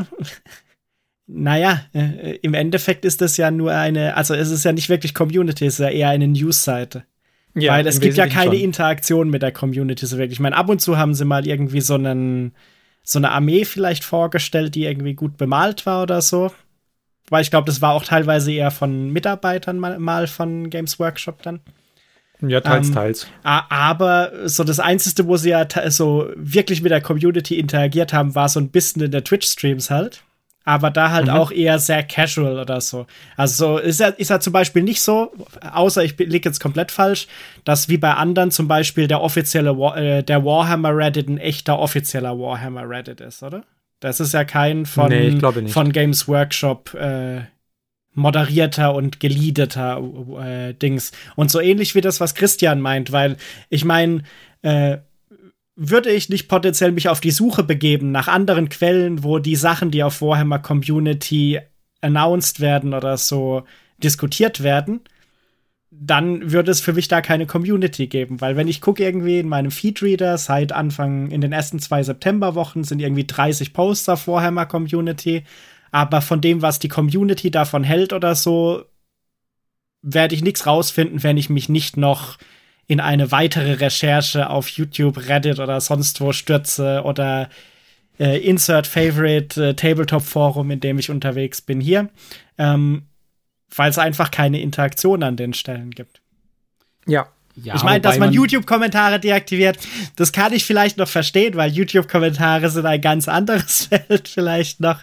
naja, im Endeffekt ist das ja nur also es ist ja nicht wirklich Community, es ist ja eher eine News-Seite. Ja, weil es gibt ja keine Interaktion mit der Community so wirklich. Ich meine, ab und zu haben sie mal irgendwie so eine Armee vielleicht vorgestellt, die irgendwie gut bemalt war oder so. Weil ich glaube, das war auch teilweise eher von Mitarbeitern mal von Games Workshop dann. Ja, teils. Aber so das Einzige, wo sie ja so wirklich mit der Community interagiert haben, war so ein bisschen in der Twitch-Streams halt. Aber da halt auch eher sehr casual oder so. Also ist ja zum Beispiel nicht so, außer ich liege jetzt komplett falsch, dass wie bei anderen zum Beispiel der offizielle der Warhammer Reddit ein echter offizieller Warhammer Reddit ist, oder? Das ist ja kein von Games Workshop moderierter und geleadeter Dings. Und so ähnlich wie das, was Christian meint, weil ich meine, würde ich nicht potenziell mich auf die Suche begeben nach anderen Quellen, wo die Sachen, die auf Warhammer Community announced werden oder so diskutiert werden, dann würde es für mich da keine Community geben. Weil wenn ich gucke irgendwie in meinem Feedreader, seit Anfang, in den ersten 2 Septemberwochen sind irgendwie 30 Posts auf Warhammer Community. Aber von dem, was die Community davon hält oder so, werde ich nichts rausfinden, wenn ich mich nicht noch in eine weitere Recherche auf YouTube, Reddit oder sonst wo stürze oder Insert Favorite Tabletop Forum, in dem ich unterwegs bin hier, weil es einfach keine Interaktion an den Stellen gibt. Ja. Ich meine, dass man YouTube-Kommentare deaktiviert, das kann ich vielleicht noch verstehen, weil YouTube-Kommentare sind ein ganz anderes Feld vielleicht noch.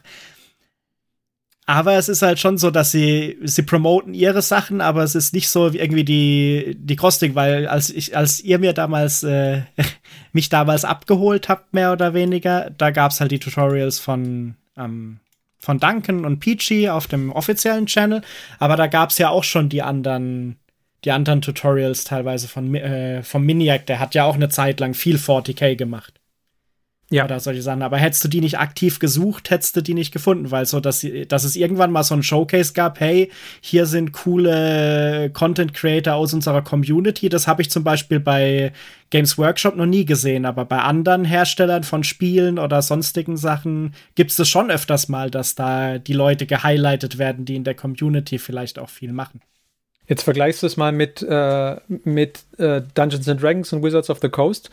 Aber es ist halt schon so, dass sie promoten ihre Sachen, aber es ist nicht so wie irgendwie die Krostik, weil als ihr mir damals mich damals abgeholt habt, mehr oder weniger, da gab's halt die Tutorials von Duncan und Peachy auf dem offiziellen Channel, aber da gab's ja auch schon die anderen Tutorials teilweise vom Miniac, der hat ja auch eine Zeit lang viel 40k gemacht. Ja. Oder solche Sachen. Aber hättest du die nicht aktiv gesucht, hättest du die nicht gefunden, weil so, dass es irgendwann mal so ein Showcase gab, hey, hier sind coole Content Creator aus unserer Community. Das habe ich zum Beispiel bei Games Workshop noch nie gesehen, aber bei anderen Herstellern von Spielen oder sonstigen Sachen gibt es das schon öfters mal, dass da die Leute gehighlightet werden, die in der Community vielleicht auch viel machen. Jetzt vergleichst du es mal mit Dungeons and Dragons und Wizards of the Coast.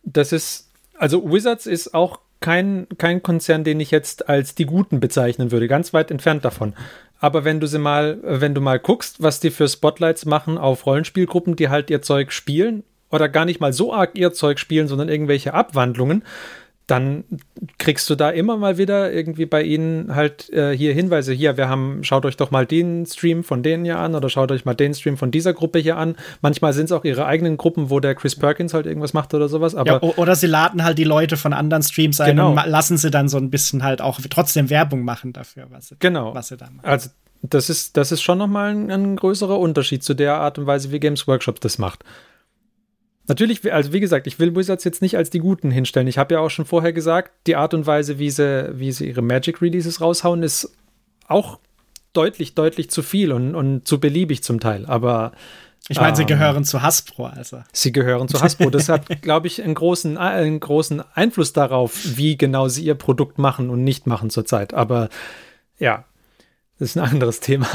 Also Wizards ist auch kein Konzern, den ich jetzt als die Guten bezeichnen würde, ganz weit entfernt davon. Aber wenn du mal guckst, was die für Spotlights machen auf Rollenspielgruppen, die halt ihr Zeug spielen oder gar nicht mal so arg ihr Zeug spielen, sondern irgendwelche Abwandlungen, dann kriegst du da immer mal wieder irgendwie bei ihnen halt hier Hinweise. Hier, schaut euch doch mal den Stream von denen hier an oder schaut euch mal den Stream von dieser Gruppe hier an. Manchmal sind es auch ihre eigenen Gruppen, wo der Chris Perkins halt irgendwas macht oder sowas. Aber ja, oder sie laden halt die Leute von anderen Streams ein und lassen sie dann so ein bisschen halt auch trotzdem Werbung machen dafür, was sie da machen. Also das ist schon nochmal ein größerer Unterschied zu der Art und Weise, wie Games Workshop das macht. Natürlich, also wie gesagt, ich will Wizards jetzt nicht als die Guten hinstellen. Ich habe ja auch schon vorher gesagt, die Art und Weise, wie sie ihre Magic-Releases raushauen, ist auch deutlich zu viel und zu beliebig zum Teil. Aber ich meine, sie gehören zu Hasbro, also. Sie gehören zu Hasbro. Das hat, glaube ich, einen großen Einfluss darauf, wie genau sie ihr Produkt machen und nicht machen zurzeit. Aber ja, das ist ein anderes Thema.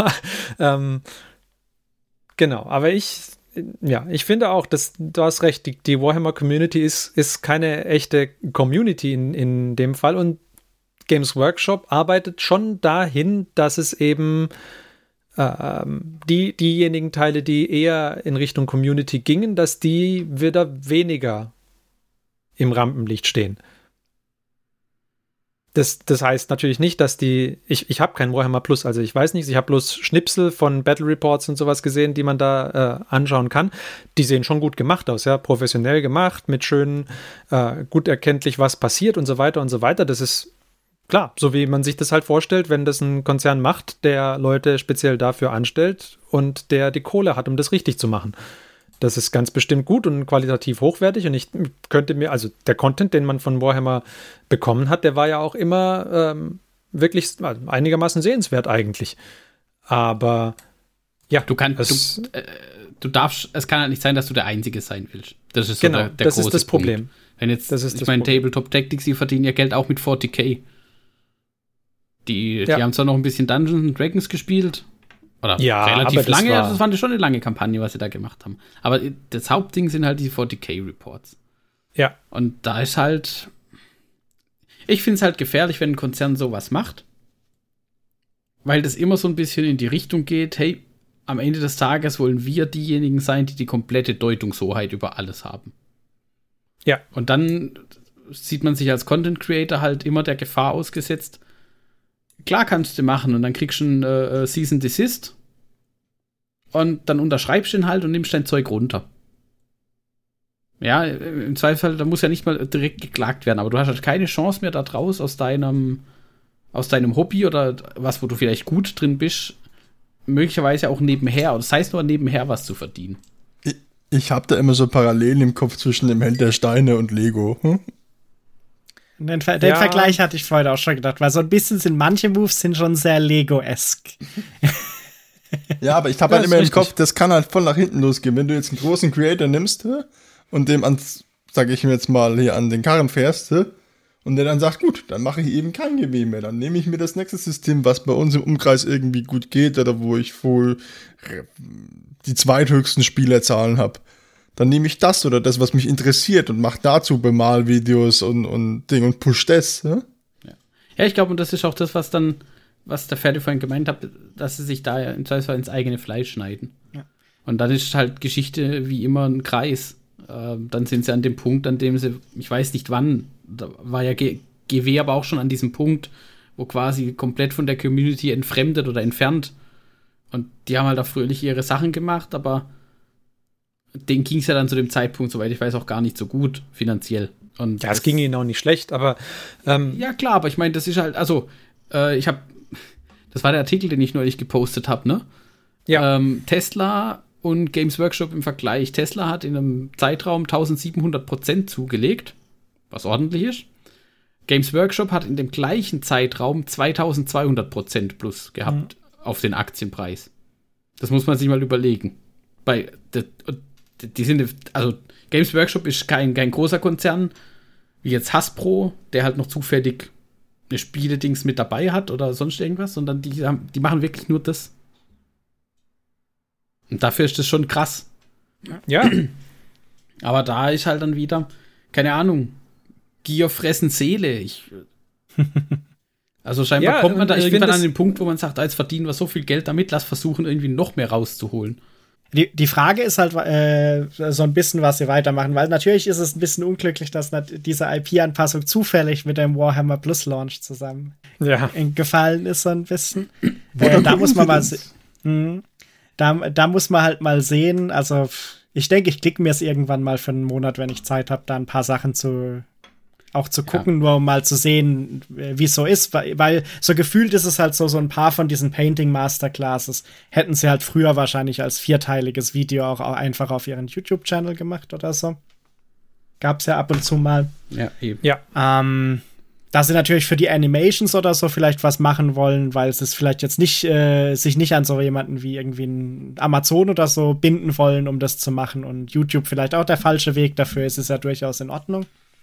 Genau, aber ich finde auch, dass du hast recht, die Warhammer Community ist keine echte Community in dem Fall und Games Workshop arbeitet schon dahin, dass es eben diejenigen Teile, die eher in Richtung Community gingen, dass die wieder weniger im Rampenlicht stehen. Das heißt natürlich nicht, dass ich habe kein Warhammer Plus, also ich weiß nicht, ich habe bloß Schnipsel von Battle Reports und sowas gesehen, die man da anschauen kann. Die sehen schon gut gemacht aus, ja, professionell gemacht, mit schön gut erkenntlich, was passiert und so weiter und so weiter. Das ist klar, so wie man sich das halt vorstellt, wenn das ein Konzern macht, der Leute speziell dafür anstellt und der die Kohle hat, um das richtig zu machen. Das ist ganz bestimmt gut und qualitativ hochwertig und ich könnte mir, also der Content, den man von Warhammer bekommen hat, der war ja auch immer wirklich einigermaßen sehenswert eigentlich. Aber ja, du darfst, es kann halt nicht sein, dass du der Einzige sein willst. Das ist genau, so der das große ist das Punkt. Problem. Wenn jetzt, ich meine, Tabletop Tactics, die verdienen ja Geld auch mit 40k. Die haben zwar noch ein bisschen Dungeons & Dragons gespielt, oder relativ lange, das war schon eine lange Kampagne, was sie da gemacht haben. Aber das Hauptding sind halt die 40k-Reports. Ja. Und da ist halt, ich finde es halt gefährlich, wenn ein Konzern sowas macht, weil das immer so ein bisschen in die Richtung geht, hey, am Ende des Tages wollen wir diejenigen sein, die die komplette Deutungshoheit über alles haben. Ja. Und dann sieht man sich als Content Creator halt immer der Gefahr ausgesetzt. Klar kannst du machen und dann kriegst du einen Cease and Desist und dann unterschreibst du ihn halt und nimmst dein Zeug runter. Ja, im Zweifel, da muss ja nicht mal direkt geklagt werden, aber du hast halt keine Chance mehr da draus aus deinem Hobby oder was, wo du vielleicht gut drin bist, möglicherweise auch nebenher, oder das heißt nur nebenher was zu verdienen. Ich habe da immer so Parallelen im Kopf zwischen dem Held der Steine und Lego. Den Vergleich hatte ich vorhin auch schon gedacht, weil so ein bisschen sind manche Moves sind schon sehr Lego-esque. Ja, aber ich habe halt immer im Kopf, das kann halt voll nach hinten losgehen. Wenn du jetzt einen großen Creator nimmst und dem sag ich mir jetzt mal, hier an den Karren fährst und der dann sagt, gut, dann mache ich eben kein GW mehr. Dann nehme ich mir das nächste System, was bei uns im Umkreis irgendwie gut geht oder wo ich wohl die zweithöchsten Spielerzahlen habe. Dann nehme ich das oder das, was mich interessiert und mache dazu Bemalvideos und Ding und push das. Ja, ich glaube, und das ist auch das, was der Ferdi vorhin gemeint hat, dass sie sich da ja im Zweifelsfall ins eigene Fleisch schneiden. Ja. Und dann ist halt Geschichte wie immer ein Kreis. Dann sind sie an dem Punkt, an dem sie, ich weiß nicht wann, da war ja GW aber auch schon an diesem Punkt, wo quasi komplett von der Community entfremdet oder entfernt. Und die haben halt auch fröhlich ihre Sachen gemacht, aber denen ging es ja dann zu dem Zeitpunkt, soweit ich weiß, auch gar nicht so gut finanziell. Und ja, es ging ihnen auch nicht schlecht, aber ja, klar, aber ich meine, das ist halt, also, das war der Artikel, den ich neulich gepostet habe, ne? Ja. Tesla und Games Workshop im Vergleich. Tesla hat in einem Zeitraum 1700% zugelegt, was ordentlich ist. Games Workshop hat in dem gleichen Zeitraum 2200% plus gehabt auf den Aktienpreis. Das muss man sich mal überlegen. Die sind, also Games Workshop ist kein großer Konzern, wie jetzt Hasbro, der halt noch zufällig eine Spiele-Dings mit dabei hat oder sonst irgendwas, sondern die machen wirklich nur das. Und dafür ist das schon krass. Ja. Aber da ist halt dann wieder, keine Ahnung, Gier fressen Seele. Also scheinbar kommt man da irgendwann an den Punkt, wo man sagt, jetzt verdienen wir so viel Geld damit, lass versuchen, irgendwie noch mehr rauszuholen. Die Frage ist halt so ein bisschen, was sie weitermachen, weil natürlich ist es ein bisschen unglücklich, dass diese IP-Anpassung zufällig mit dem Warhammer Plus Launch zusammen gefallen ist, so ein bisschen. Da muss man mal da muss man halt mal sehen, also ich denke, ich klicke mir es irgendwann mal für einen Monat, wenn ich Zeit habe, da ein paar Sachen zu gucken, nur um mal zu sehen, wie es so ist, weil so gefühlt ist es halt so ein paar von diesen Painting Masterclasses hätten sie halt früher wahrscheinlich als 4-teiliges Video auch einfach auf ihren YouTube-Channel gemacht oder so. Gab's ja ab und zu mal. Ja, eben. Ja. Da sie natürlich für die Animations oder so vielleicht was machen wollen, weil sie es vielleicht jetzt nicht sich nicht an so jemanden wie irgendwie ein Amazon oder so binden wollen, um das zu machen und YouTube vielleicht auch der falsche Weg dafür ist, ist ja durchaus in Ordnung.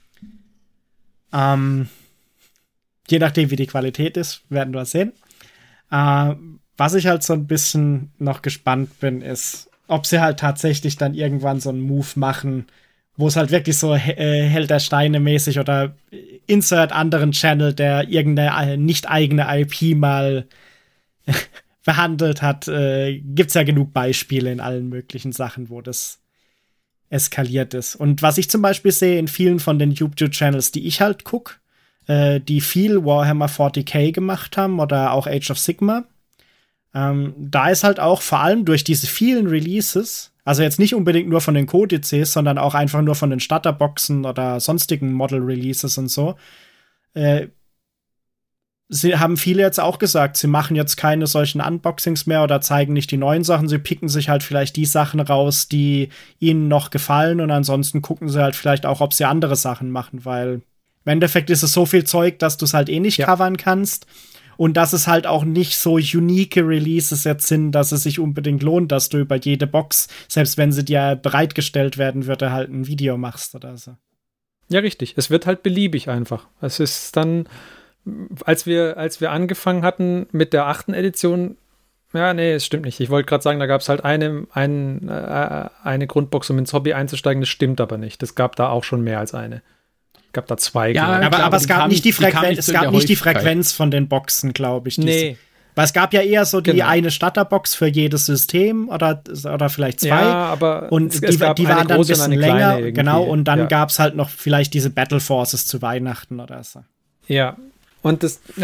Je nachdem, wie die Qualität ist, werden wir sehen. Was ich halt so ein bisschen noch gespannt bin, ist, ob sie halt tatsächlich dann irgendwann so einen Move machen, wo es halt wirklich so Held der Steine mäßig oder insert anderen Channel, der irgendeine nicht eigene IP mal behandelt hat. Gibt's ja genug Beispiele in allen möglichen Sachen, wo das eskaliert ist. Und was ich zum Beispiel sehe in vielen von den YouTube-Channels, die ich halt gucke, die viel Warhammer 40k gemacht haben oder auch Age of Sigmar, da ist halt auch vor allem durch diese vielen Releases, also jetzt nicht unbedingt nur von den Kodizes, sondern auch einfach nur von den Starterboxen oder sonstigen Model-Releases und so, sie haben viele jetzt auch gesagt, sie machen jetzt keine solchen Unboxings mehr oder zeigen nicht die neuen Sachen. Sie picken sich halt vielleicht die Sachen raus, die ihnen noch gefallen und ansonsten gucken sie halt vielleicht auch, ob sie andere Sachen machen, weil im Endeffekt ist es so viel Zeug, dass du es halt eh nicht covern kannst und dass es halt auch nicht so unique Releases jetzt sind, dass es sich unbedingt lohnt, dass du über jede Box, selbst wenn sie dir bereitgestellt werden würde, halt ein Video machst oder so. Ja, richtig. Es wird halt beliebig einfach. Es ist dann als wir angefangen hatten mit der 8. Edition, ja, nee, es stimmt nicht. Ich wollte gerade sagen, da gab es halt eine Grundbox, um ins Hobby einzusteigen. Das stimmt aber nicht. Es gab da auch schon mehr als eine. Es gab da 2. Ja, aber es gab nicht die Frequenz von den Boxen, glaube ich. Nee. Weil es gab ja eher so die eine Starterbox für jedes System oder vielleicht 2. Ja, aber und die waren dann ein bisschen länger. Genau, und dann gab es halt noch vielleicht diese Battle Forces zu Weihnachten oder so. Ja. Und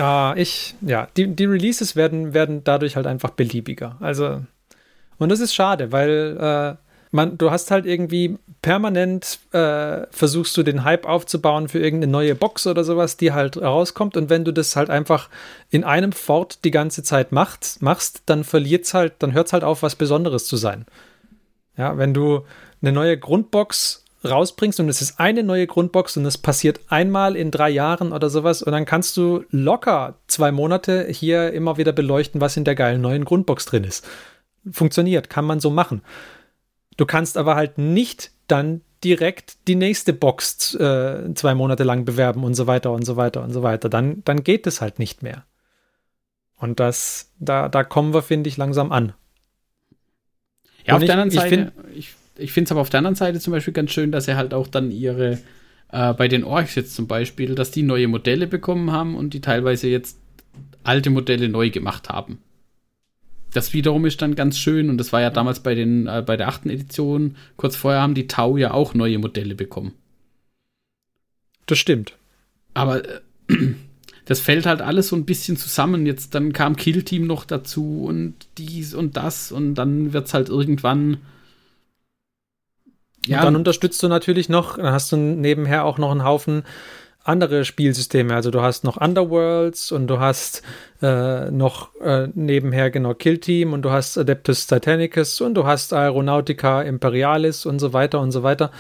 die Releases werden dadurch halt einfach beliebiger. Also, und das ist schade, weil du hast halt irgendwie permanent versuchst du den Hype aufzubauen für irgendeine neue Box oder sowas, die halt rauskommt. Und wenn du das halt einfach in einem Fort die ganze Zeit machst, dann hört es halt auf, was Besonderes zu sein. Ja, wenn du eine neue Grundbox rausbringst und es ist eine neue Grundbox und es passiert einmal in 3 Jahren oder sowas und dann kannst du locker 2 Monate hier immer wieder beleuchten, was in der geilen neuen Grundbox drin ist. Funktioniert, kann man so machen. Du kannst aber halt nicht dann direkt die nächste Box 2 Monate lang bewerben und so weiter und so weiter und so weiter. Dann geht es halt nicht mehr. Und da kommen wir, finde ich, langsam an. Ja, und auf der anderen Seite, ich finde es aber auf der anderen Seite zum Beispiel ganz schön, dass sie halt auch dann ihre, bei den Orks jetzt zum Beispiel, dass die neue Modelle bekommen haben und die teilweise jetzt alte Modelle neu gemacht haben. Das wiederum ist dann ganz schön und das war ja damals bei der 8. Edition, kurz vorher haben die Tau ja auch neue Modelle bekommen. Das stimmt. Aber das fällt halt alles so ein bisschen zusammen. Jetzt dann kam Kill Team noch dazu und dies und das und dann wird's halt irgendwann. Ja. Und dann unterstützt du natürlich noch, dann hast du nebenher auch noch einen Haufen andere Spielsysteme. Also du hast noch Underworlds und du hast noch nebenher genau Kill Team und du hast Adeptus Titanicus und du hast Aeronautica Imperialis und so weiter und so weiter.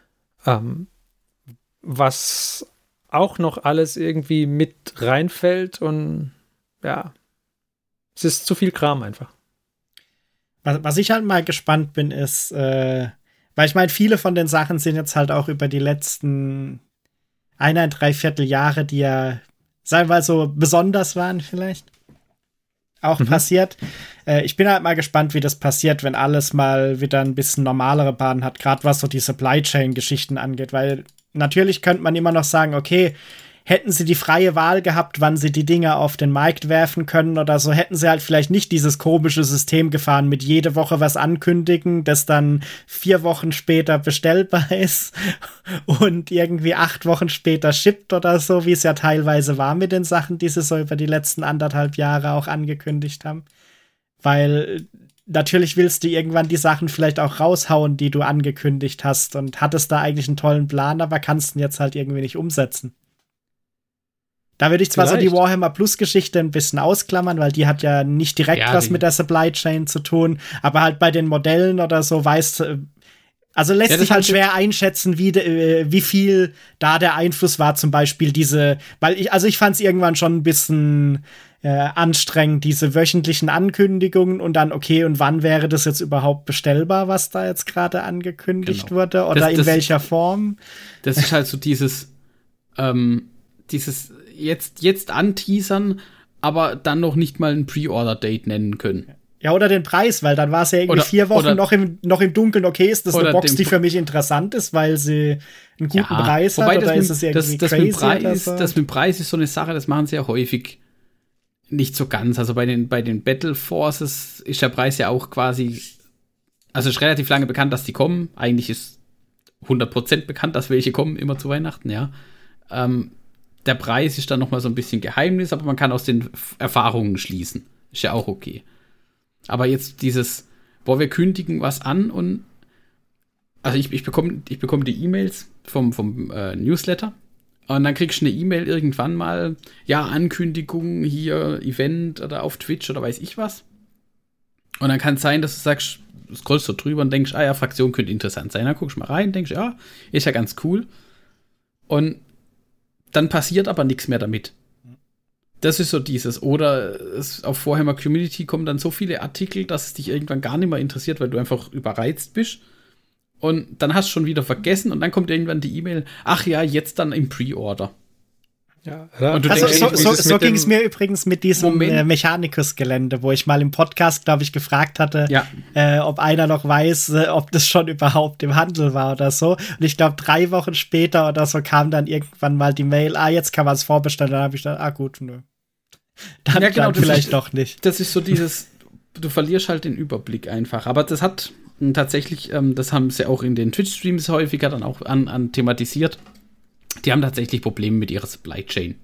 Was auch noch alles irgendwie mit reinfällt und ja, es ist zu viel Kram einfach. Was ich halt mal gespannt bin, ist, weil ich meine, viele von den Sachen sind jetzt halt auch über die letzten 1,75 Jahre, die ja, sagen wir mal so, besonders waren vielleicht, auch passiert. Ich bin halt mal gespannt, wie das passiert, wenn alles mal wieder ein bisschen normalere Bahnen hat, gerade was so die Supply Chain-Geschichten angeht, weil natürlich könnte man immer noch sagen, okay, hätten sie die freie Wahl gehabt, wann sie die Dinger auf den Markt werfen können oder so, hätten sie halt vielleicht nicht dieses komische System gefahren mit jede Woche was ankündigen, das dann 4 Wochen später bestellbar ist und irgendwie 8 Wochen später shippt oder so, wie es ja teilweise war mit den Sachen, die sie so über die letzten 1,5 Jahre auch angekündigt haben. Weil natürlich willst du irgendwann die Sachen vielleicht auch raushauen, die du angekündigt hast und hattest da eigentlich einen tollen Plan, aber kannst ihn jetzt halt irgendwie nicht umsetzen. Da würde ich zwar so die Warhammer Plus-Geschichte ein bisschen ausklammern, weil die hat ja nicht direkt was mit der Supply Chain zu tun, aber halt bei den Modellen oder so lässt sich halt schwer einschätzen, wie viel da der Einfluss war, zum Beispiel ich fand es irgendwann schon ein bisschen anstrengend, diese wöchentlichen Ankündigungen und dann, okay, und wann wäre das jetzt überhaupt bestellbar, was da jetzt gerade angekündigt wurde oder in welcher Form? Das ist halt so dieses jetzt anteasern, aber dann noch nicht mal ein Pre-Order-Date nennen können. Ja, oder den Preis, weil dann war es ja irgendwie 4 Wochen noch im Dunkeln, okay, ist das eine Box, die für mich interessant ist, weil sie einen guten Preis hat, oder ist es irgendwie crazy? Das mit dem Preis ist so eine Sache, das machen sie ja häufig nicht so ganz. Also bei den Battle Forces ist der Preis ja auch quasi, also ist relativ lange bekannt, dass die kommen. Eigentlich ist 100% bekannt, dass welche kommen, immer zu Weihnachten, ja. Der Preis ist dann noch mal so ein bisschen Geheimnis, aber man kann aus den Erfahrungen schließen. Ist ja auch okay. Aber jetzt dieses, wir kündigen was an und also ich bekomme die E-Mails vom Newsletter Und dann kriegst du eine E-Mail irgendwann mal, ja, Ankündigung hier, Event oder auf Twitch oder weiß ich was. Und dann kann es sein, dass du sagst, scrollst du drüber und denkst, ja, Fraktion könnte interessant sein. Dann guckst du mal rein, denkst, ja, ist ja ganz cool. Und dann passiert aber nichts mehr damit. Das ist so dieses. Oder auf Warhammer Community kommen dann so viele Artikel, dass es dich irgendwann gar nicht mehr interessiert, weil du einfach überreizt bist. Und dann hast du schon wieder vergessen und dann kommt irgendwann die E-Mail, ach ja, jetzt dann im Pre-Order. Ja, und also so ging es mir übrigens mit diesem Mechanicus-Gelände, wo ich mal im Podcast, glaube ich, gefragt hatte, ob einer noch weiß, ob das schon überhaupt im Handel war oder so. Und ich glaube, 3 Wochen später oder so kam dann irgendwann mal die Mail, jetzt kann man es vorbestellen. Dann habe ich gedacht, gut, nö. Dann, ja, genau, dann vielleicht doch nicht. Das ist so dieses, du verlierst halt den Überblick einfach. Aber das hat tatsächlich, das haben sie auch in den Twitch-Streams häufiger dann auch thematisiert. Die haben tatsächlich Probleme mit ihrer Supply Chain.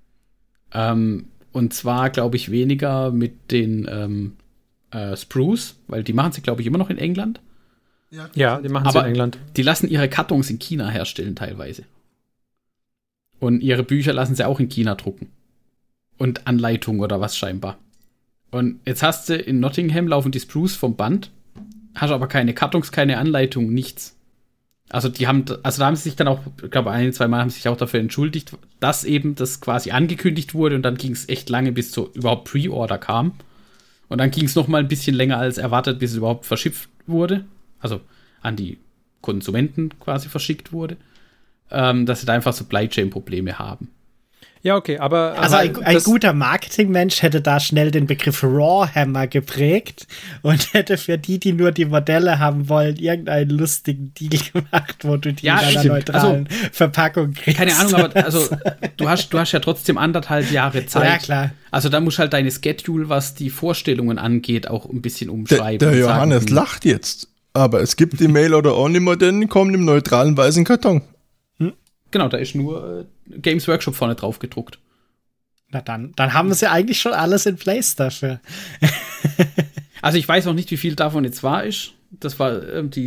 Und zwar, glaube ich, weniger mit den Sprues, weil die machen sie, glaube ich, immer noch in England. Ja, die machen sie in England. Die lassen ihre Kartons in China herstellen teilweise. Und ihre Bücher lassen sie auch in China drucken. Und Anleitungen oder was scheinbar. Und jetzt hast du in Nottingham laufen die Sprues vom Band, hast aber keine Kartons, keine Anleitung, nichts. Also da haben sie sich dann auch, ich glaube 1-2 Mal haben sie sich auch dafür entschuldigt, dass eben das quasi angekündigt wurde und dann ging es echt lange, bis so überhaupt Pre-Order kam. Und dann ging es noch mal ein bisschen länger als erwartet, bis es überhaupt verschifft wurde. Also an die Konsumenten quasi verschickt wurde. Dass sie da einfach Supply Chain Probleme haben. Ja, okay, aber also ein guter Marketingmensch hätte da schnell den Begriff Rawhammer geprägt und hätte für die nur die Modelle haben wollen, irgendeinen lustigen Deal gemacht, wo du die in einer neutralen Verpackung kriegst. Keine Ahnung, aber also du hast ja trotzdem 1,5 Jahre Zeit. Ja, klar. Also da musst halt deine Schedule, was die Vorstellungen angeht, auch ein bisschen umschreiben. Der Johannes lacht jetzt, aber es gibt die Mail-Order-Only-Modelle, die kommen im neutralen weißen Karton. Genau, da ist nur Games Workshop vorne drauf gedruckt. Na dann haben sie eigentlich schon alles in place dafür. Also ich weiß noch nicht, wie viel davon jetzt wahr ist. Das war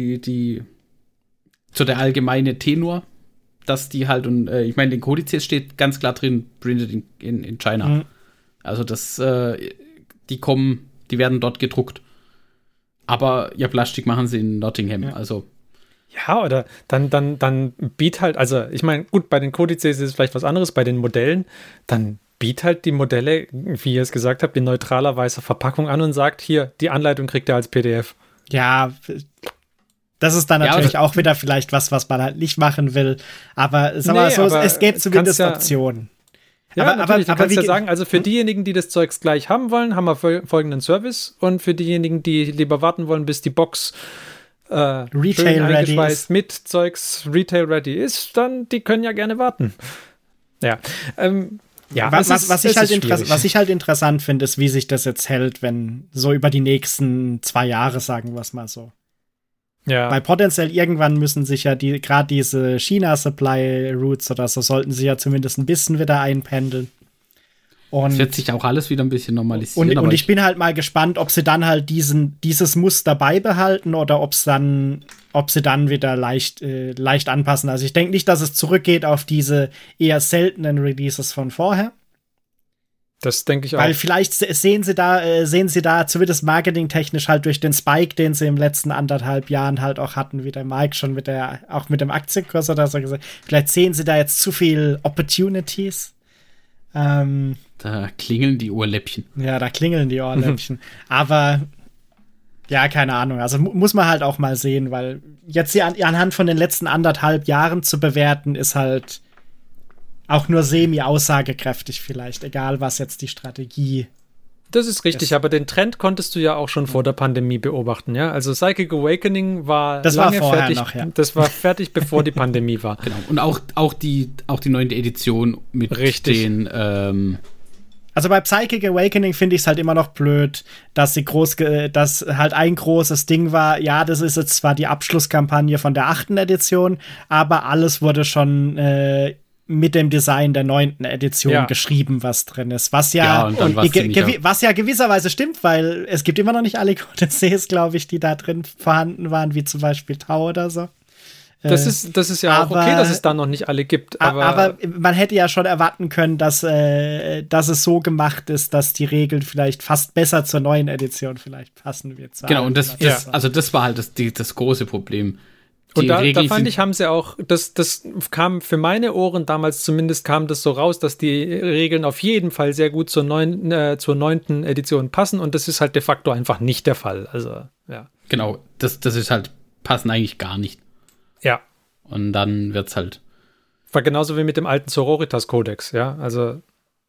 so der allgemeine Tenor, dass die halt, und ich meine, in Kodizes steht ganz klar drin, printed in China. Mhm. Also die werden dort gedruckt. Aber ja, Plastik machen sie in Nottingham, also ja, oder dann biet halt, also ich meine, gut, bei den Kodizes ist es vielleicht was anderes, bei den Modellen, dann biet halt die Modelle, wie ihr es gesagt habt, in neutraler weißer Verpackung an und sagt, hier, die Anleitung kriegt ihr als PDF. Ja, das ist dann natürlich auch wieder vielleicht was man halt nicht machen will, aber sag mal so, es gäbe zumindest Optionen. Ja, aber du kannst ja sagen, also für diejenigen, die das Zeugs gleich haben wollen, haben wir folgenden Service und für diejenigen, die lieber warten wollen, bis die Box Retail ready ist. Mit Zeugs Retail ready ist, dann die können ja gerne warten. Ja. Was ich halt interessant finde, ist, wie sich das jetzt hält, wenn so über die nächsten 2 Jahre, sagen wir es mal so. Ja. Weil potenziell irgendwann müssen sich ja gerade diese China-Supply-Routes oder so, sollten sie ja zumindest ein bisschen wieder einpendeln. Und es wird sich auch alles wieder ein bisschen normalisieren. Und ich bin halt mal gespannt, ob sie dann halt dieses Muster beibehalten oder ob sie dann wieder leicht anpassen. Also ich denke nicht, dass es zurückgeht auf diese eher seltenen Releases von vorher. Das denke ich auch. Weil vielleicht sehen sie da zumindest marketingtechnisch halt durch den Spike, den sie im letzten 1,5 Jahren halt auch hatten, wie der Mike schon auch mit dem Aktienkurs oder so gesagt. Vielleicht sehen sie da jetzt zu viel Opportunities. Da klingeln die Ohrläppchen. Ja, da klingeln die Ohrläppchen. Aber ja, keine Ahnung. Also muss man halt auch mal sehen, weil jetzt hier anhand von den letzten 1,5 Jahren zu bewerten, ist halt auch nur semi-aussagekräftig vielleicht, egal was jetzt die Strategie. Das ist richtig, aber den Trend konntest du ja auch schon vor der Pandemie beobachten, ja? Also Psychic Awakening war lange fertig. Noch, ja. Das war fertig, bevor die Pandemie war. Genau. Und auch die 9. Edition mit den Also bei Psychic Awakening finde ich es halt immer noch blöd, dass dass halt ein großes Ding war, ja, das ist jetzt zwar die Abschlusskampagne von der 8. Edition, aber alles wurde schon mit dem Design der 9. Edition geschrieben, was drin ist. Was ja gewisserweise stimmt, weil es gibt immer noch nicht alle Codices, glaube ich, die da drin vorhanden waren, wie zum Beispiel Tau oder so. Das ist ja auch okay, dass es da noch nicht alle gibt. Aber man hätte ja schon erwarten können, dass es so gemacht ist, dass die Regeln vielleicht fast besser zur neuen Edition vielleicht passen. Genau, und das war halt das große Problem. Und da fand ich, haben sie auch, das kam für meine Ohren damals zumindest, kam das so raus, dass die Regeln auf jeden Fall sehr gut zur 9. Edition passen und das ist halt de facto einfach nicht der Fall. Also, ja. Genau, das ist halt, passen eigentlich gar nicht. Ja. Und dann wird's halt. War genauso wie mit dem alten Sororitas-Kodex, ja, also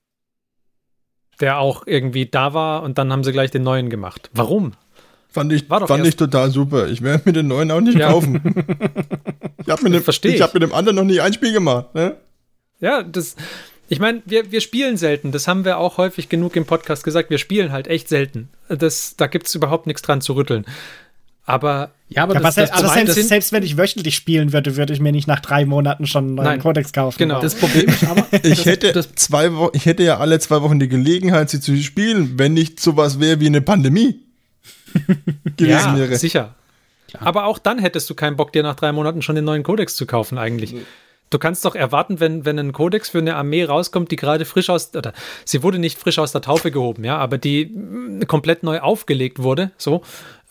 der auch irgendwie da war und dann haben sie gleich den neuen gemacht. Warum? Fand ich total super. Ich werde mir den neuen auch nicht kaufen. Ich habe mit dem anderen noch nie ein Spiel gemacht. Ne? Ja, ich meine, wir spielen selten. Das haben wir auch häufig genug im Podcast gesagt. Wir spielen halt echt selten. Da gibt es überhaupt nichts dran zu rütteln. Aber selbst wenn ich wöchentlich spielen würde ich mir nicht nach 3 Monaten schon einen neuen Kodex kaufen. Genau. Das Problem ist aber, ich hätte ja alle 2 Wochen die Gelegenheit, sie zu spielen, wenn nicht sowas wäre wie eine Pandemie gewesen wäre. Sicher. Klar. Aber auch dann hättest du keinen Bock, dir nach 3 Monaten schon den neuen Kodex zu kaufen eigentlich. Du kannst doch erwarten, wenn ein Kodex für eine Armee rauskommt, die gerade sie wurde nicht frisch aus der Taufe gehoben, ja, aber die komplett neu aufgelegt wurde, so,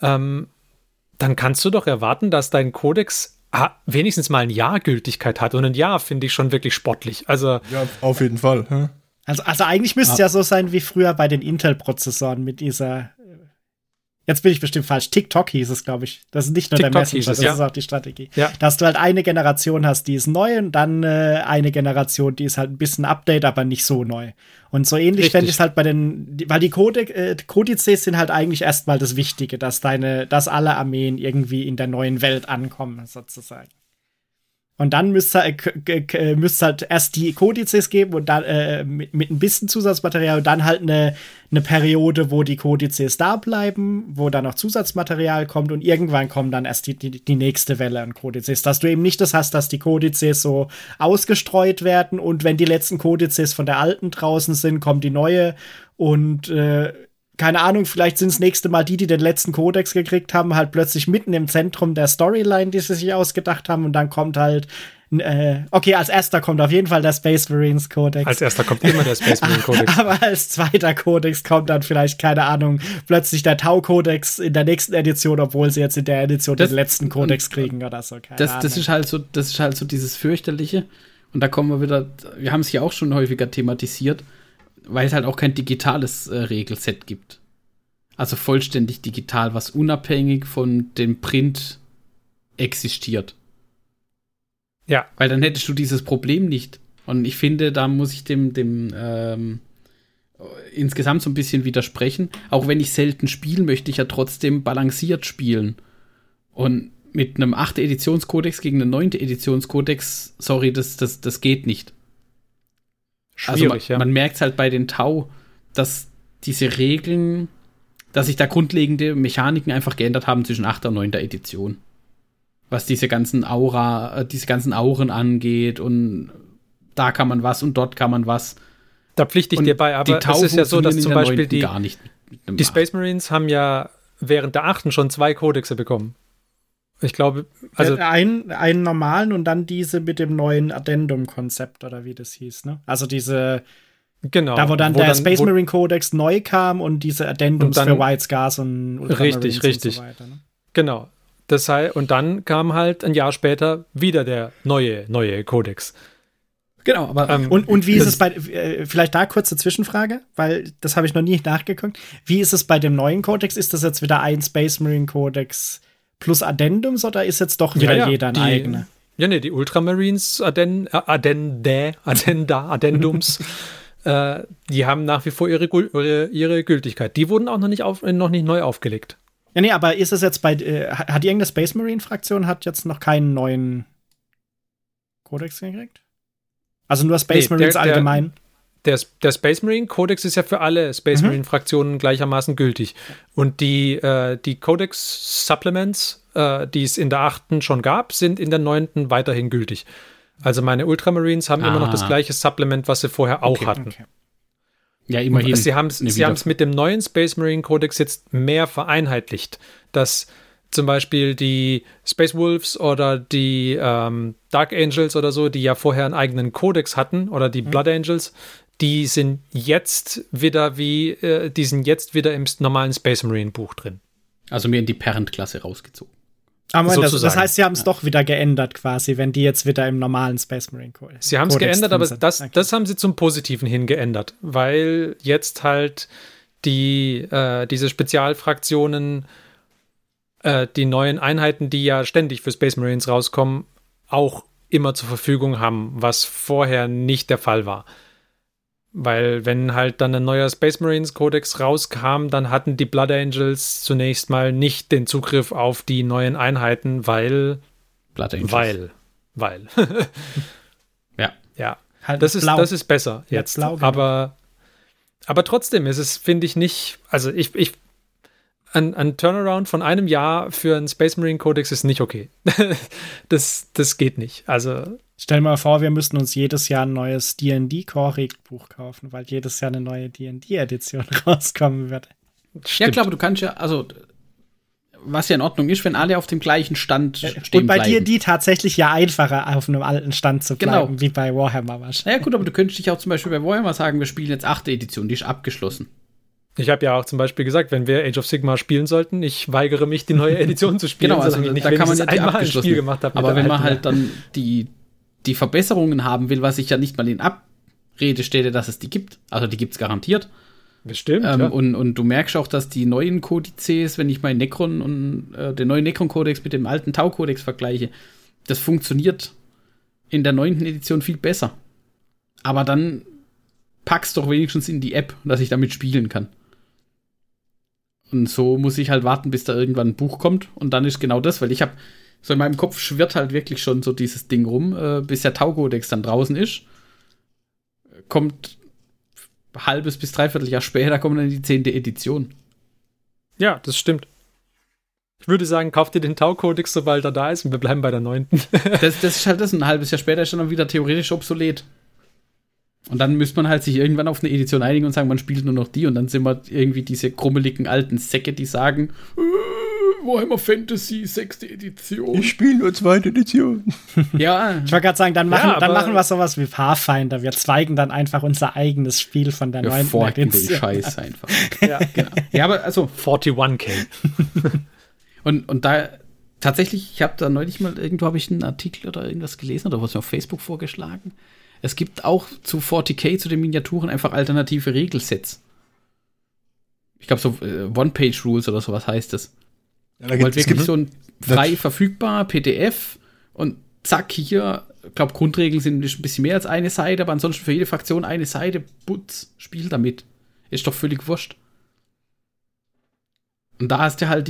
dann kannst du doch erwarten, dass dein Kodex wenigstens mal ein Jahr Gültigkeit hat. Und ein Jahr finde ich schon wirklich sportlich. Also, ja, auf jeden Fall. Hm? Also eigentlich müsste es ja so sein wie früher bei den Intel-Prozessoren mit dieser jetzt bin ich bestimmt falsch. TikTok hieß es, glaube ich. Das ist nicht nur TikTok der Messenger, das ist auch die Strategie. Ja. Dass du halt eine Generation hast, die ist neu und dann eine Generation, die ist halt ein bisschen Update, aber nicht so neu. Und so ähnlich fände ich es halt weil die Kodizes sind halt eigentlich erstmal das Wichtige, dass alle Armeen irgendwie in der neuen Welt ankommen, sozusagen. Und dann müsste halt erst die Kodizes geben und dann mit ein bisschen Zusatzmaterial und dann halt eine Periode, wo die Kodizes da bleiben, wo dann noch Zusatzmaterial kommt und irgendwann kommen dann erst die nächste Welle an Kodizes. Dass du eben nicht das hast, dass die Kodizes so ausgestreut werden und wenn die letzten Kodizes von der alten draußen sind, kommt die neue und keine Ahnung, vielleicht sind das nächste Mal die den letzten Kodex gekriegt haben, halt plötzlich mitten im Zentrum der Storyline, die sie sich ausgedacht haben und dann kommt halt okay, als erster kommt auf jeden Fall der Space Marines Kodex. Als erster kommt immer der Space Marine Kodex. Aber als zweiter Kodex kommt dann vielleicht, keine Ahnung, plötzlich der Tau Kodex in der nächsten Edition, obwohl sie jetzt in der Edition den letzten Kodex kriegen oder so. Das ist halt so dieses Fürchterliche. Und da kommen wir wieder, wir haben es ja auch schon häufiger thematisiert, weil es halt auch kein digitales Regelset gibt. Also vollständig digital, was unabhängig von dem Print existiert. Ja. Weil dann hättest du dieses Problem nicht. Und ich finde, da muss ich dem insgesamt so ein bisschen widersprechen. Auch wenn ich selten spiele, möchte ich ja trotzdem balanciert spielen. Und mit einem 8. Editionskodex gegen einen 9. Editionskodex, sorry, das geht nicht. Schwierig, also man merkt es halt bei den Tau, dass diese Regeln, dass sich da grundlegende Mechaniken einfach geändert haben zwischen 8. und 9. Edition. Was diese ganzen Auren angeht und da kann man was und dort kann man was. Da pflichte ich dir bei, aber es ist ja so, dass zum Beispiel die Space Marines haben ja während der 8. schon 2 Kodexe bekommen. Ich glaube, also einen normalen und dann diese mit dem neuen Addendum-Konzept oder wie das hieß, ne? Also diese genau, da wo der Space Marine Kodex neu kam und diese Addendums für White Scars und richtig. Und so weiter, ne? Genau. Das heißt, und dann kam halt ein Jahr später wieder der neue Kodex. Genau, aber und wie ist es bei vielleicht da kurze Zwischenfrage, weil das habe ich noch nie nachgeguckt. Wie ist es bei dem neuen Kodex? Ist das jetzt wieder ein Space Marine Kodex plus Addendums oder ist jetzt doch wieder jeder ein eigener? Ja, nee, die Ultramarines Addendums, die haben nach wie vor ihre Gültigkeit. Die wurden auch noch nicht neu aufgelegt. Ja, nee, aber ist es jetzt hat irgendeine Space Marine Fraktion jetzt noch keinen neuen Kodex gekriegt? Also nur Space Marines allgemein? Der Space Marine Kodex ist ja für alle Space Marine Fraktionen gleichermaßen gültig. Und die Codex Supplements, die es in der 8. schon gab, sind in der 9. weiterhin gültig. Also meine Ultramarines haben immer noch das gleiche Supplement, was sie vorher auch hatten. Okay. Ja, immerhin. Sie haben es mit dem neuen Space Marine Kodex jetzt mehr vereinheitlicht, dass zum Beispiel die Space Wolves oder die Dark Angels oder so, die ja vorher einen eigenen Kodex hatten, oder die Blood Angels, die sind jetzt wieder im normalen Space Marine Buch drin. Also mir in die Parent-Klasse rausgezogen. Aber das heißt, sie haben es doch wieder geändert quasi, wenn die jetzt wieder im normalen Space Marine Kodex. Sie haben es geändert, aber das haben sie zum Positiven hin geändert, weil jetzt halt diese Spezialfraktionen, die neuen Einheiten, die ja ständig für Space Marines rauskommen, auch immer zur Verfügung haben, was vorher nicht der Fall war. Weil wenn halt dann ein neuer Space Marines Kodex rauskam, dann hatten die Blood Angels zunächst mal nicht den Zugriff auf die neuen Einheiten, weil Blood Angels. Weil. Ja. Halt das ist besser jetzt. Blau, genau. Aber trotzdem ist es, finde ich, nicht, also ein Turnaround von einem Jahr für einen Space Marine Kodex ist nicht okay. Das geht nicht. Also stell mal vor, wir müssten uns jedes Jahr ein neues D&D-Core-Regelbuch kaufen, weil jedes Jahr eine neue D&D-Edition rauskommen wird. Stimmt. Ja, klar, aber du kannst ja, also was ja in Ordnung ist, wenn alle auf dem gleichen Stand stehen und bei bleiben. D&D tatsächlich ja einfacher, auf einem alten Stand zu bleiben, wie bei Warhammer wahrscheinlich. Naja gut, aber du könntest dich auch zum Beispiel bei Warhammer sagen, wir spielen jetzt 8. Edition, die ist abgeschlossen. Ich habe ja auch zum Beispiel gesagt, wenn wir Age of Sigmar spielen sollten, ich weigere mich, die neue Edition zu spielen. Genau, also da kann man ja einmal ein Spiel gemacht haben. Aber wenn man halt dann die Verbesserungen haben will, was ich ja nicht mal in Abrede stelle, dass es die gibt, also die gibt es garantiert. Bestimmt, ja. Und du merkst auch, dass die neuen Kodizes, wenn ich mal Necron und den neuen Necron-Kodex mit dem alten Tau-Kodex vergleiche, das funktioniert in der 9. Edition viel besser. Aber dann pack's doch wenigstens in die App, dass ich damit spielen kann. Und so muss ich halt warten, bis da irgendwann ein Buch kommt. Und dann ist genau das, weil ich habe so in meinem Kopf schwirrt halt wirklich schon so dieses Ding rum, bis der Tau-Kodex dann draußen ist. Kommt halbes bis dreiviertel Jahr später, kommt dann die 10. Edition. Ja, das stimmt. Ich würde sagen, kauft ihr den Tau-Kodex, sobald er da ist, und wir bleiben bei der 9. Das ist halt das. Ein halbes Jahr später ist dann wieder theoretisch obsolet. Und dann müsste man halt sich irgendwann auf eine Edition einigen und sagen, man spielt nur noch die. Und dann sind wir irgendwie diese krummeligen alten Säcke, die sagen, Warhammer Fantasy 6. Edition. Ich spiele nur 2. Edition. Ja. Ich wollte gerade sagen, dann machen wir sowas wie Pathfinder. Wir zweigen dann einfach unser eigenes Spiel von der 9. Edition. Den Scheiß einfach. Ja, genau. Ja, aber also 41k. Und da tatsächlich, ich habe da neulich mal, irgendwo habe ich einen Artikel oder irgendwas gelesen oder was mir auf Facebook vorgeschlagen. Es gibt auch zu 40k, zu den Miniaturen, einfach alternative Regelsets. Ich glaube, so One-Page-Rules oder sowas heißt das. Ja, da halt wirklich so ein frei verfügbar PDF und zack, hier, ich glaube, Grundregeln sind ein bisschen mehr als eine Seite, aber ansonsten für jede Fraktion eine Seite, putz, spiel damit. Ist doch völlig wurscht. Und da hast du halt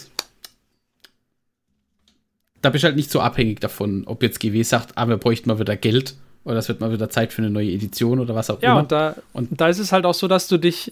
da bist du halt nicht so abhängig davon, ob jetzt GW sagt, wir bräuchten mal wieder Geld oder es wird mal wieder Zeit für eine neue Edition oder was auch immer. Ja, und da ist es halt auch so, dass du dich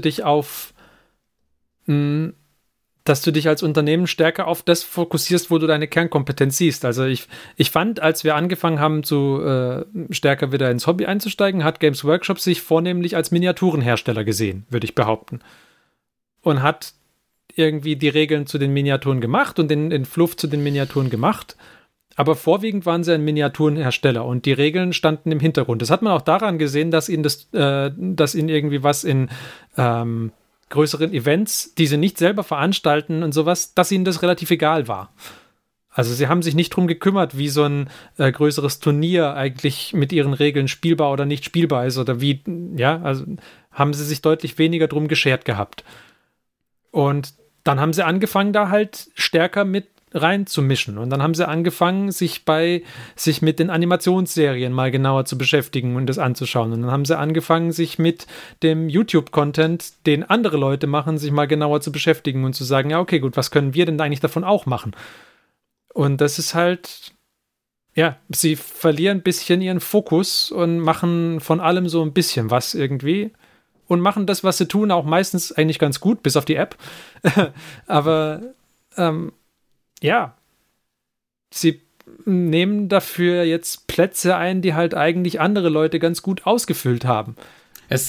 als Unternehmen stärker auf das fokussierst, wo du deine Kernkompetenz siehst. Also ich fand, als wir angefangen haben, stärker wieder ins Hobby einzusteigen, hat Games Workshop sich vornehmlich als Miniaturenhersteller gesehen, würde ich behaupten. Und hat irgendwie die Regeln zu den Miniaturen gemacht und den Fluff zu den Miniaturen gemacht. Aber vorwiegend waren sie ein Miniaturenhersteller und die Regeln standen im Hintergrund. Das hat man auch daran gesehen, dass ihnen irgendwie was in größeren Events, die sie nicht selber veranstalten und sowas, dass ihnen das relativ egal war. Also sie haben sich nicht drum gekümmert, wie so ein größeres Turnier eigentlich mit ihren Regeln spielbar oder nicht spielbar ist oder wie, ja, also haben sie sich deutlich weniger drum geschert gehabt. Und dann haben sie angefangen, da halt stärker mit reinzumischen. Und dann haben sie angefangen, sich mit den Animationsserien mal genauer zu beschäftigen und das anzuschauen. Und dann haben sie angefangen, sich mit dem YouTube-Content, den andere Leute machen, sich mal genauer zu beschäftigen und zu sagen, ja, okay, gut, was können wir denn eigentlich davon auch machen? Und das ist halt, ja, sie verlieren ein bisschen ihren Fokus und machen von allem so ein bisschen was irgendwie. Und machen das, was sie tun, auch meistens eigentlich ganz gut, bis auf die App. Aber ja, sie nehmen dafür jetzt Plätze ein, die halt eigentlich andere Leute ganz gut ausgefüllt haben.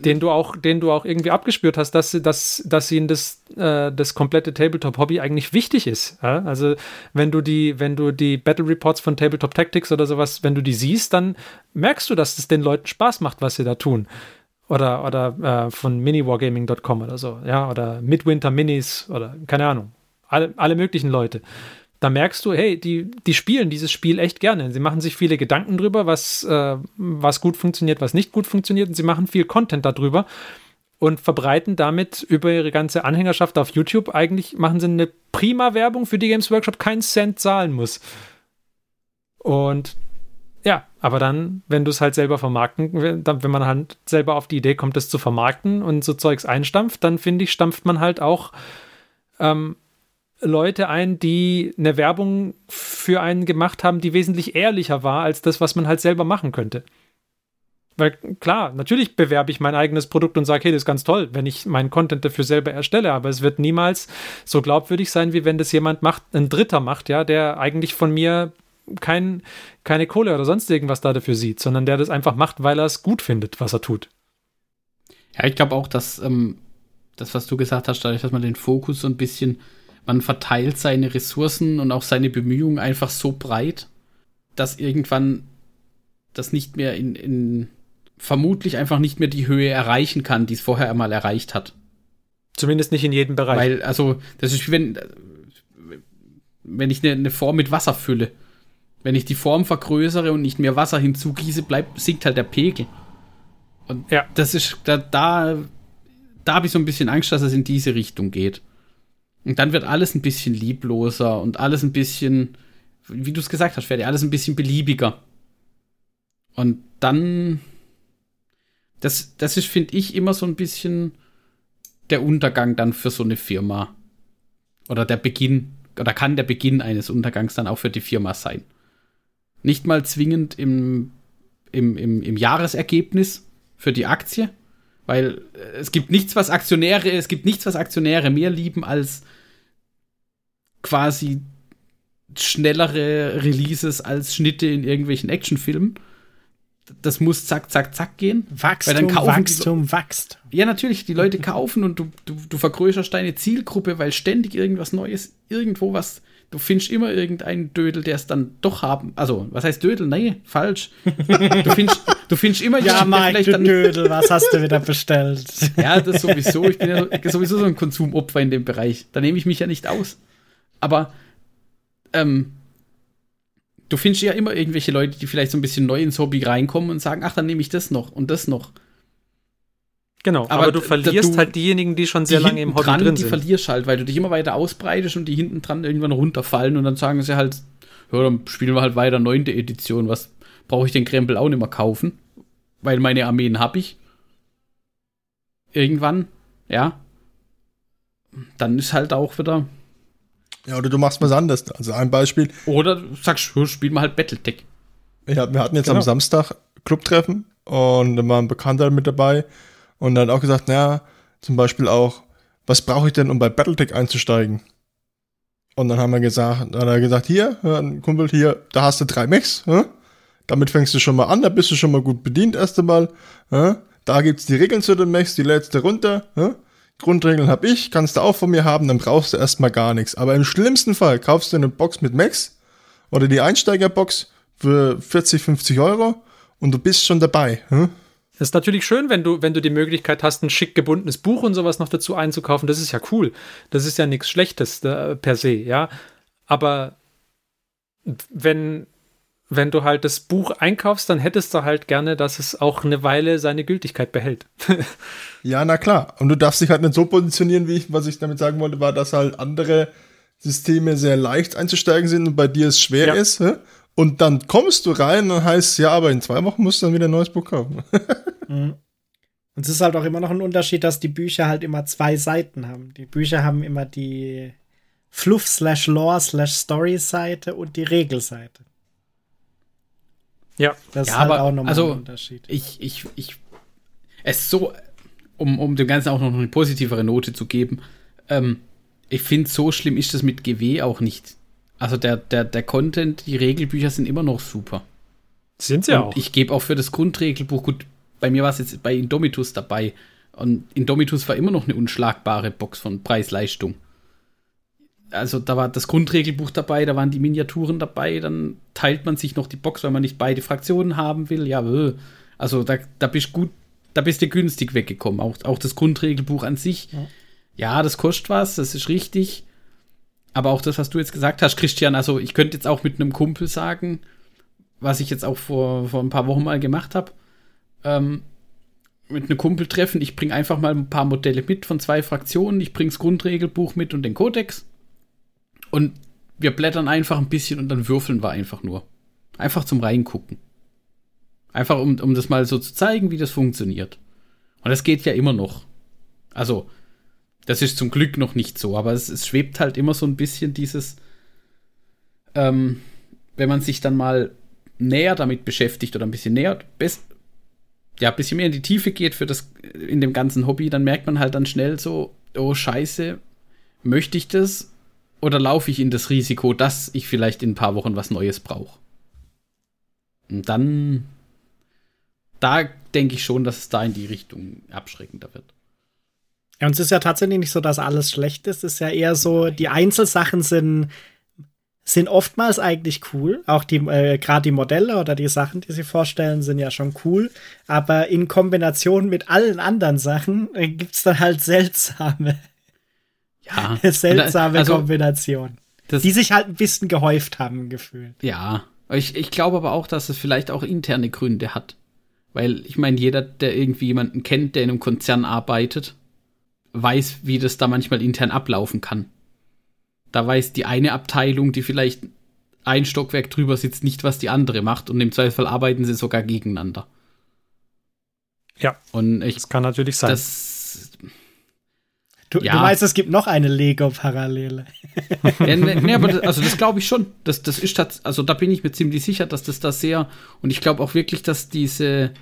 den du auch irgendwie abgespürt hast, dass ihnen das komplette Tabletop-Hobby eigentlich wichtig ist. Ja? Also wenn du die Battle Reports von Tabletop Tactics oder sowas, wenn du die siehst, dann merkst du, dass es den Leuten Spaß macht, was sie da tun. Oder von miniwargaming.com oder so, ja, oder Midwinter Minis oder keine Ahnung, alle möglichen Leute. Da merkst du, hey, die spielen dieses Spiel echt gerne. Sie machen sich viele Gedanken drüber, was gut funktioniert, was nicht gut funktioniert, und sie machen viel Content darüber und verbreiten damit über ihre ganze Anhängerschaft auf YouTube. Eigentlich machen sie eine prima Werbung, für die Games Workshop keinen Cent zahlen muss. Und ja, aber dann, wenn du es halt selber vermarkten, wenn man halt selber auf die Idee kommt, das zu vermarkten und so Zeugs einstampft, dann finde ich, stampft man halt auch Leute ein, die eine Werbung für einen gemacht haben, die wesentlich ehrlicher war als das, was man halt selber machen könnte. Weil klar, natürlich bewerbe ich mein eigenes Produkt und sage, hey, das ist ganz toll, wenn ich meinen Content dafür selber erstelle, aber es wird niemals so glaubwürdig sein, wie wenn das jemand macht, ein Dritter macht, ja, der eigentlich von mir keine Kohle oder sonst irgendwas da dafür sieht, sondern der das einfach macht, weil er es gut findet, was er tut. Ja, ich glaube auch, dass das, was du gesagt hast, dadurch, dass man den Fokus so ein bisschen, man verteilt seine Ressourcen und auch seine Bemühungen einfach so breit, dass irgendwann das nicht mehr vermutlich einfach nicht mehr die Höhe erreichen kann, die es vorher einmal erreicht hat. Zumindest nicht in jedem Bereich. Weil, also, das ist wie wenn ich eine Form mit Wasser fülle. Wenn ich die Form vergrößere und nicht mehr Wasser hinzugieße, sinkt halt der Pegel. Und ja, das ist, da habe ich so ein bisschen Angst, dass es in diese Richtung geht. Und dann wird alles ein bisschen liebloser und alles ein bisschen, wie du es gesagt hast, Ferdi, alles ein bisschen beliebiger. Und dann, das ist, finde ich, immer so ein bisschen der Untergang dann für so eine Firma. Oder der Beginn, oder kann der Beginn eines Untergangs dann auch für die Firma sein. Nicht mal zwingend im Jahresergebnis für die Aktie, weil es gibt nichts, was Aktionäre mehr lieben als quasi schnellere Releases als Schnitte in irgendwelchen Actionfilmen. Das muss zack, zack, zack gehen. Wachstum wächst. Ja, natürlich, die Leute kaufen und du vergrößerst deine Zielgruppe, weil ständig irgendwas Neues, irgendwo was, du findest immer irgendeinen Dödel, der es dann doch haben. Also, was heißt Dödel? Nee, falsch. Du findest immer ja, Mike, du Dödel, was hast du wieder bestellt? Ja, das sowieso. Ich bin ja sowieso so ein Konsumopfer in dem Bereich. Da nehme ich mich ja nicht aus. Aber, du findest ja immer irgendwelche Leute, die vielleicht so ein bisschen neu ins Hobby reinkommen und sagen, ach, dann nehme ich das noch und das noch. Genau, aber du verlierst halt diejenigen, die schon sehr lange im Hobby drin sind. Die verlierst halt, weil du dich immer weiter ausbreitest und die hinten dran irgendwann runterfallen und dann sagen sie halt, ja, dann spielen wir halt weiter 9. Edition, was brauche ich den Krempel auch nicht mehr kaufen, weil meine Armeen habe ich. Irgendwann, ja. Dann ist halt auch wieder... Ja, oder du machst was anderes. Also ein Beispiel. Oder du sagst, spielen wir halt Battletech. Wir hatten jetzt am Samstag Clubtreffen und da war ein Bekannter mit dabei und dann hat auch gesagt, naja, zum Beispiel auch, was brauche ich denn, um bei Battletech einzusteigen? Und dann hat er gesagt, hier, ein Kumpel, hier, da hast du 3 Mechs, damit fängst du schon mal an, da bist du schon mal gut bedient erst einmal, da gibt's die Regeln zu den Mechs, die lädst du runter, Grundregeln habe ich, kannst du auch von mir haben, dann brauchst du erstmal gar nichts. Aber im schlimmsten Fall kaufst du eine Box mit Mechs oder die Einsteigerbox für 40, 50 Euro und du bist schon dabei. Das ist natürlich schön, wenn du die Möglichkeit hast, ein schick gebundenes Buch und sowas noch dazu einzukaufen. Das ist ja cool. Das ist ja nichts Schlechtes per se, ja. Aber wenn du halt das Buch einkaufst, dann hättest du halt gerne, dass es auch eine Weile seine Gültigkeit behält. Ja, na klar. Und du darfst dich halt nicht so positionieren, was ich damit sagen wollte, war, dass halt andere Systeme sehr leicht einzusteigen sind und bei dir es schwer ist. Und dann kommst du rein und heißt, ja, aber in 2 Wochen musst du dann wieder ein neues Buch kaufen. Und es ist halt auch immer noch ein Unterschied, dass die Bücher halt immer 2 Seiten haben. Die Bücher haben immer die Fluff/Lore/Story-Seite und die Regelseite. Ja, das ist halt auch nochmal ein Unterschied. Es so, um dem Ganzen auch noch eine positivere Note zu geben, ich finde, so schlimm ist das mit GW auch nicht. Also der Content, die Regelbücher sind immer noch super. Sind sie auch. Ich gebe auch für das Grundregelbuch, gut, bei mir war es jetzt bei Indomitus dabei. Und Indomitus war immer noch eine unschlagbare Box von Preis-Leistung. Also da war das Grundregelbuch dabei, da waren die Miniaturen dabei, dann teilt man sich noch die Box, weil man nicht beide Fraktionen haben will. Ja, also da bist du günstig weggekommen. Auch das Grundregelbuch an sich, ja, das kostet was, das ist richtig. Aber auch das, was du jetzt gesagt hast, Christian, also ich könnte jetzt auch mit einem Kumpel sagen, was ich jetzt auch vor ein paar Wochen mal gemacht habe, mit einem Kumpel treffen, ich bringe einfach mal ein paar Modelle mit von 2 Fraktionen, ich bringe das Grundregelbuch mit und den Kodex und wir blättern einfach ein bisschen und dann würfeln wir einfach nur. Einfach zum Reingucken. Einfach, um das mal so zu zeigen, wie das funktioniert. Und das geht ja immer noch. Also, das ist zum Glück noch nicht so, aber es schwebt halt immer so ein bisschen dieses, wenn man sich dann mal näher damit beschäftigt oder ein bisschen näher, ein bisschen mehr in die Tiefe geht in dem ganzen Hobby, dann merkt man halt dann schnell so, oh Scheiße, möchte ich das oder laufe ich in das Risiko, dass ich vielleicht in ein paar Wochen was Neues brauche? Und dann, da denke ich schon, dass es da in die Richtung abschreckender wird. Ja, und es ist ja tatsächlich nicht so, dass alles schlecht ist. Es ist ja eher so, die Einzelsachen sind oftmals eigentlich cool. Auch gerade die Modelle oder die Sachen, die sie vorstellen, sind ja schon cool. Aber in Kombination mit allen anderen Sachen gibt es dann halt seltsame Kombinationen, die sich halt ein bisschen gehäuft haben, gefühlt. Ja, ich glaube aber auch, dass es vielleicht auch interne Gründe hat. Weil, ich meine, jeder, der irgendwie jemanden kennt, der in einem Konzern arbeitet, weiß, wie das da manchmal intern ablaufen kann. Da weiß die eine Abteilung, die vielleicht ein Stockwerk drüber sitzt, nicht, was die andere macht. Und im Zweifel arbeiten sie sogar gegeneinander. Ja, und das kann natürlich sein. Du meinst, es gibt noch eine Lego-Parallele. Ja, aber das glaube ich schon. Das ist also da bin ich mir ziemlich sicher, dass das da sehr, und ich glaube auch wirklich, dass diese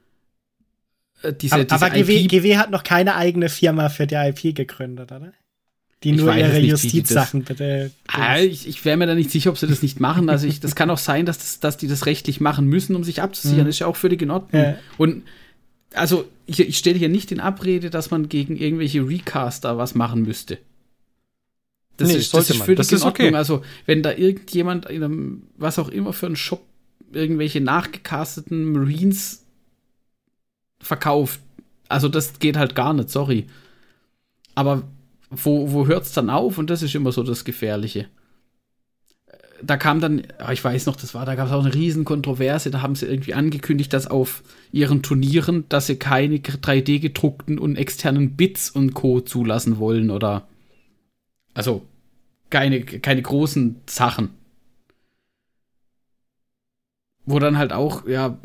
aber GW hat noch keine eigene Firma für die IP gegründet, oder? Die nur ihre Justizsachen bitte. Ich wäre mir da nicht sicher, ob sie das nicht machen. Also das kann auch sein, dass die das rechtlich machen müssen, um sich abzusichern. Das ist ja auch völlig in Ordnung. Ja. Und also ich stelle hier nicht in Abrede, dass man gegen irgendwelche Recaster was machen müsste. Das ist völlig in Ordnung. Okay. Also wenn da irgendjemand in einem, was auch immer für einen Shop, irgendwelche nachgecasteten Marines verkauft, also das geht halt gar nicht, sorry. Aber wo hört es dann auf? Und das ist immer so das Gefährliche. Da kam dann, ich weiß noch, da gab es auch eine riesen Kontroverse, da haben sie irgendwie angekündigt, dass auf ihren Turnieren, dass sie keine 3D-gedruckten und externen Bits und Co. zulassen wollen oder also keine großen Sachen. Wo dann halt auch,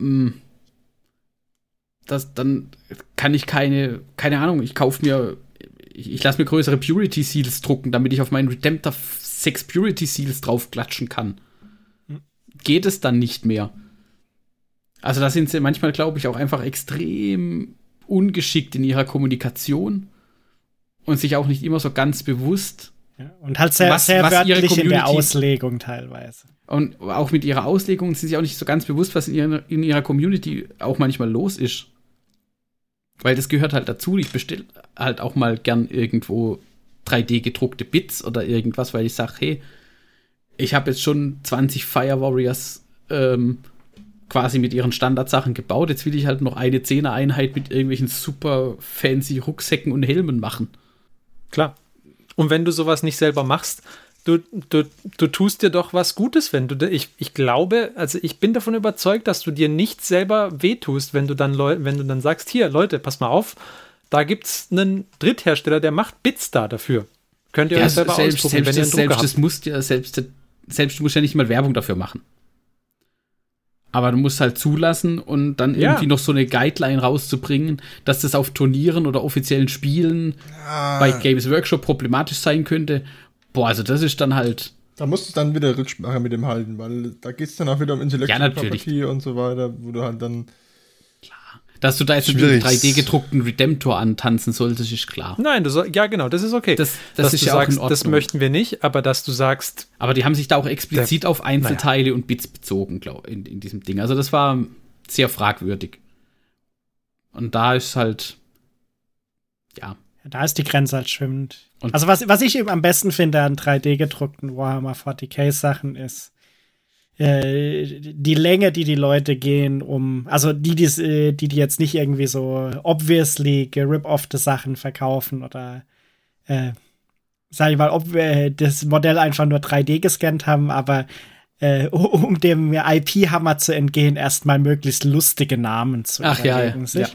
dann kann ich keine Ahnung, ich lasse mir größere Purity Seals drucken, damit ich auf meinen Redemptor 6 Purity Seals draufklatschen kann. Geht es dann nicht mehr. Also da sind sie manchmal, glaube ich, auch einfach extrem ungeschickt in ihrer Kommunikation und sich auch nicht immer so ganz bewusst. Ja, und halt sehr wörtlich in der Auslegung teilweise. Und auch mit ihrer Auslegung sind sie auch nicht so ganz bewusst, was in ihrer Community auch manchmal los ist. Weil das gehört halt dazu. Ich bestelle halt auch mal gern irgendwo 3D-gedruckte Bits oder irgendwas, weil ich sage, hey, ich habe jetzt schon 20 Fire Warriors quasi mit ihren Standardsachen gebaut. Jetzt will ich halt noch eine 10er-Einheit mit irgendwelchen super fancy Rucksäcken und Helmen machen. Klar. Und wenn du sowas nicht selber machst, du tust dir doch was Gutes, wenn du, ich glaube, also ich bin davon überzeugt, dass du dir nicht selber wehtust, wenn du dann sagst, hier, Leute, pass mal auf, da gibt's einen Dritthersteller, der macht Bits da dafür. Könnt ihr euch selber ausdrucken, wenn ihr einen Drucker habt. Du musst ja nicht mal Werbung dafür machen. Aber du musst halt zulassen und dann irgendwie noch so eine Guideline rauszubringen, dass das auf Turnieren oder offiziellen Spielen bei Games Workshop problematisch sein könnte. Boah, also das ist dann halt. Da musst du dann wieder Rücksprache mit dem halten, weil da geht es dann auch wieder um Intellectual Property und so weiter, wo du halt dann. Klar. Dass du da jetzt mit dem 3D-gedruckten Redemptor antanzen solltest, ist klar. Nein, genau, das ist okay. Das ist ja sagst, auch in Ordnung. Das möchten wir nicht, aber dass du sagst. Aber die haben sich da auch explizit auf Einzelteile und Bits bezogen, glaube ich, in diesem Ding. Also das war sehr fragwürdig. Und da ist halt, ja. Da ist die Grenze halt schwimmend. Und also was ich eben am besten finde an 3D-gedruckten Warhammer 40k-Sachen ist die Länge, die Leute gehen, also die jetzt nicht irgendwie so obviously gerip-offte Sachen verkaufen oder sag ich mal, ob wir das Modell einfach nur 3D gescannt haben, aber um dem IP-Hammer zu entgehen, erstmal möglichst lustige Namen zu überlegen. Ja.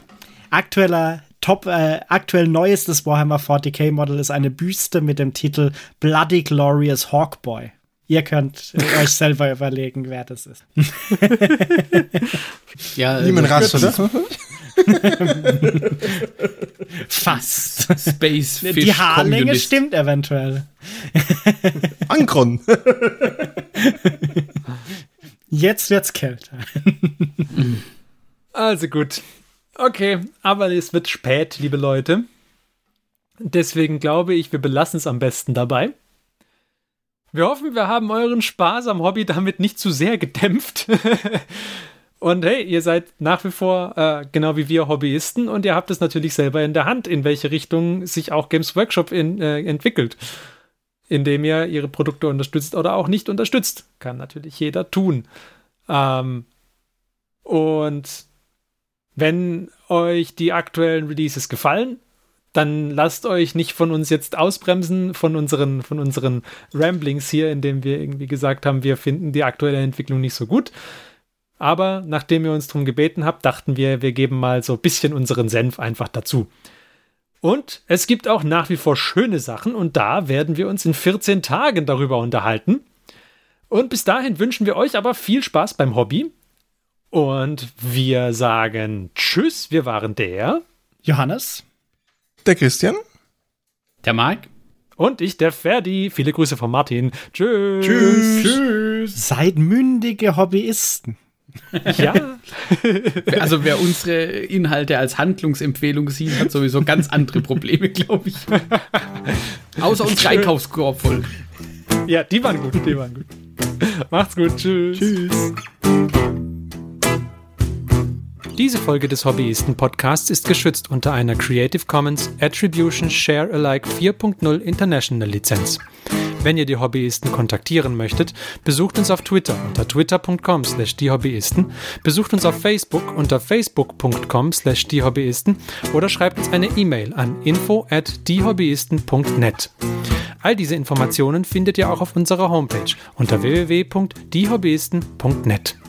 Aktuell neuestes Warhammer 40k Model ist eine Büste mit dem Titel Bloody Glorious Hawkboy. Ihr könnt euch selber überlegen, wer das ist. Ja, niemand rast, oder? Fast. Space Fish Die Haarlänge stimmt eventuell. Ankron. Jetzt wird's kälter. Also gut. Okay, aber es wird spät, liebe Leute. Deswegen glaube ich, wir belassen es am besten dabei. Wir hoffen, wir haben euren Spaß am Hobby damit nicht zu sehr gedämpft. Und hey, ihr seid nach wie vor genau wie wir Hobbyisten und ihr habt es natürlich selber in der Hand, in welche Richtung sich auch Games Workshop entwickelt. Indem ihr ihre Produkte unterstützt oder auch nicht unterstützt. Kann natürlich jeder tun. Und wenn euch die aktuellen Releases gefallen, dann lasst euch nicht von uns jetzt ausbremsen, von unseren Ramblings hier, indem wir irgendwie gesagt haben, wir finden die aktuelle Entwicklung nicht so gut. Aber nachdem ihr uns darum gebeten habt, dachten wir geben mal so ein bisschen unseren Senf einfach dazu. Und es gibt auch nach wie vor schöne Sachen und da werden wir uns in 14 Tagen darüber unterhalten. Und bis dahin wünschen wir euch aber viel Spaß beim Hobby. Und wir sagen Tschüss, wir waren der Johannes, der Christian, der Marc und ich, der Ferdi. Viele Grüße von Martin. Tschüss. Tschüss. Seid mündige Hobbyisten. Ja. Also wer unsere Inhalte als Handlungsempfehlung sieht, hat sowieso ganz andere Probleme, glaube ich. Außer unsere Einkaufskorb. Ja, die waren gut. Macht's gut. Tschüss. Tschüss. Diese Folge des Hobbyisten-Podcasts ist geschützt unter einer Creative Commons Attribution Share Alike 4.0 International Lizenz. Wenn ihr die Hobbyisten kontaktieren möchtet, besucht uns auf Twitter unter twitter.com/diehobbyisten, besucht uns auf Facebook unter facebook.com/diehobbyisten oder schreibt uns eine E-Mail an info@diehobbyisten.net. All diese Informationen findet ihr auch auf unserer Homepage unter www.diehobbyisten.net.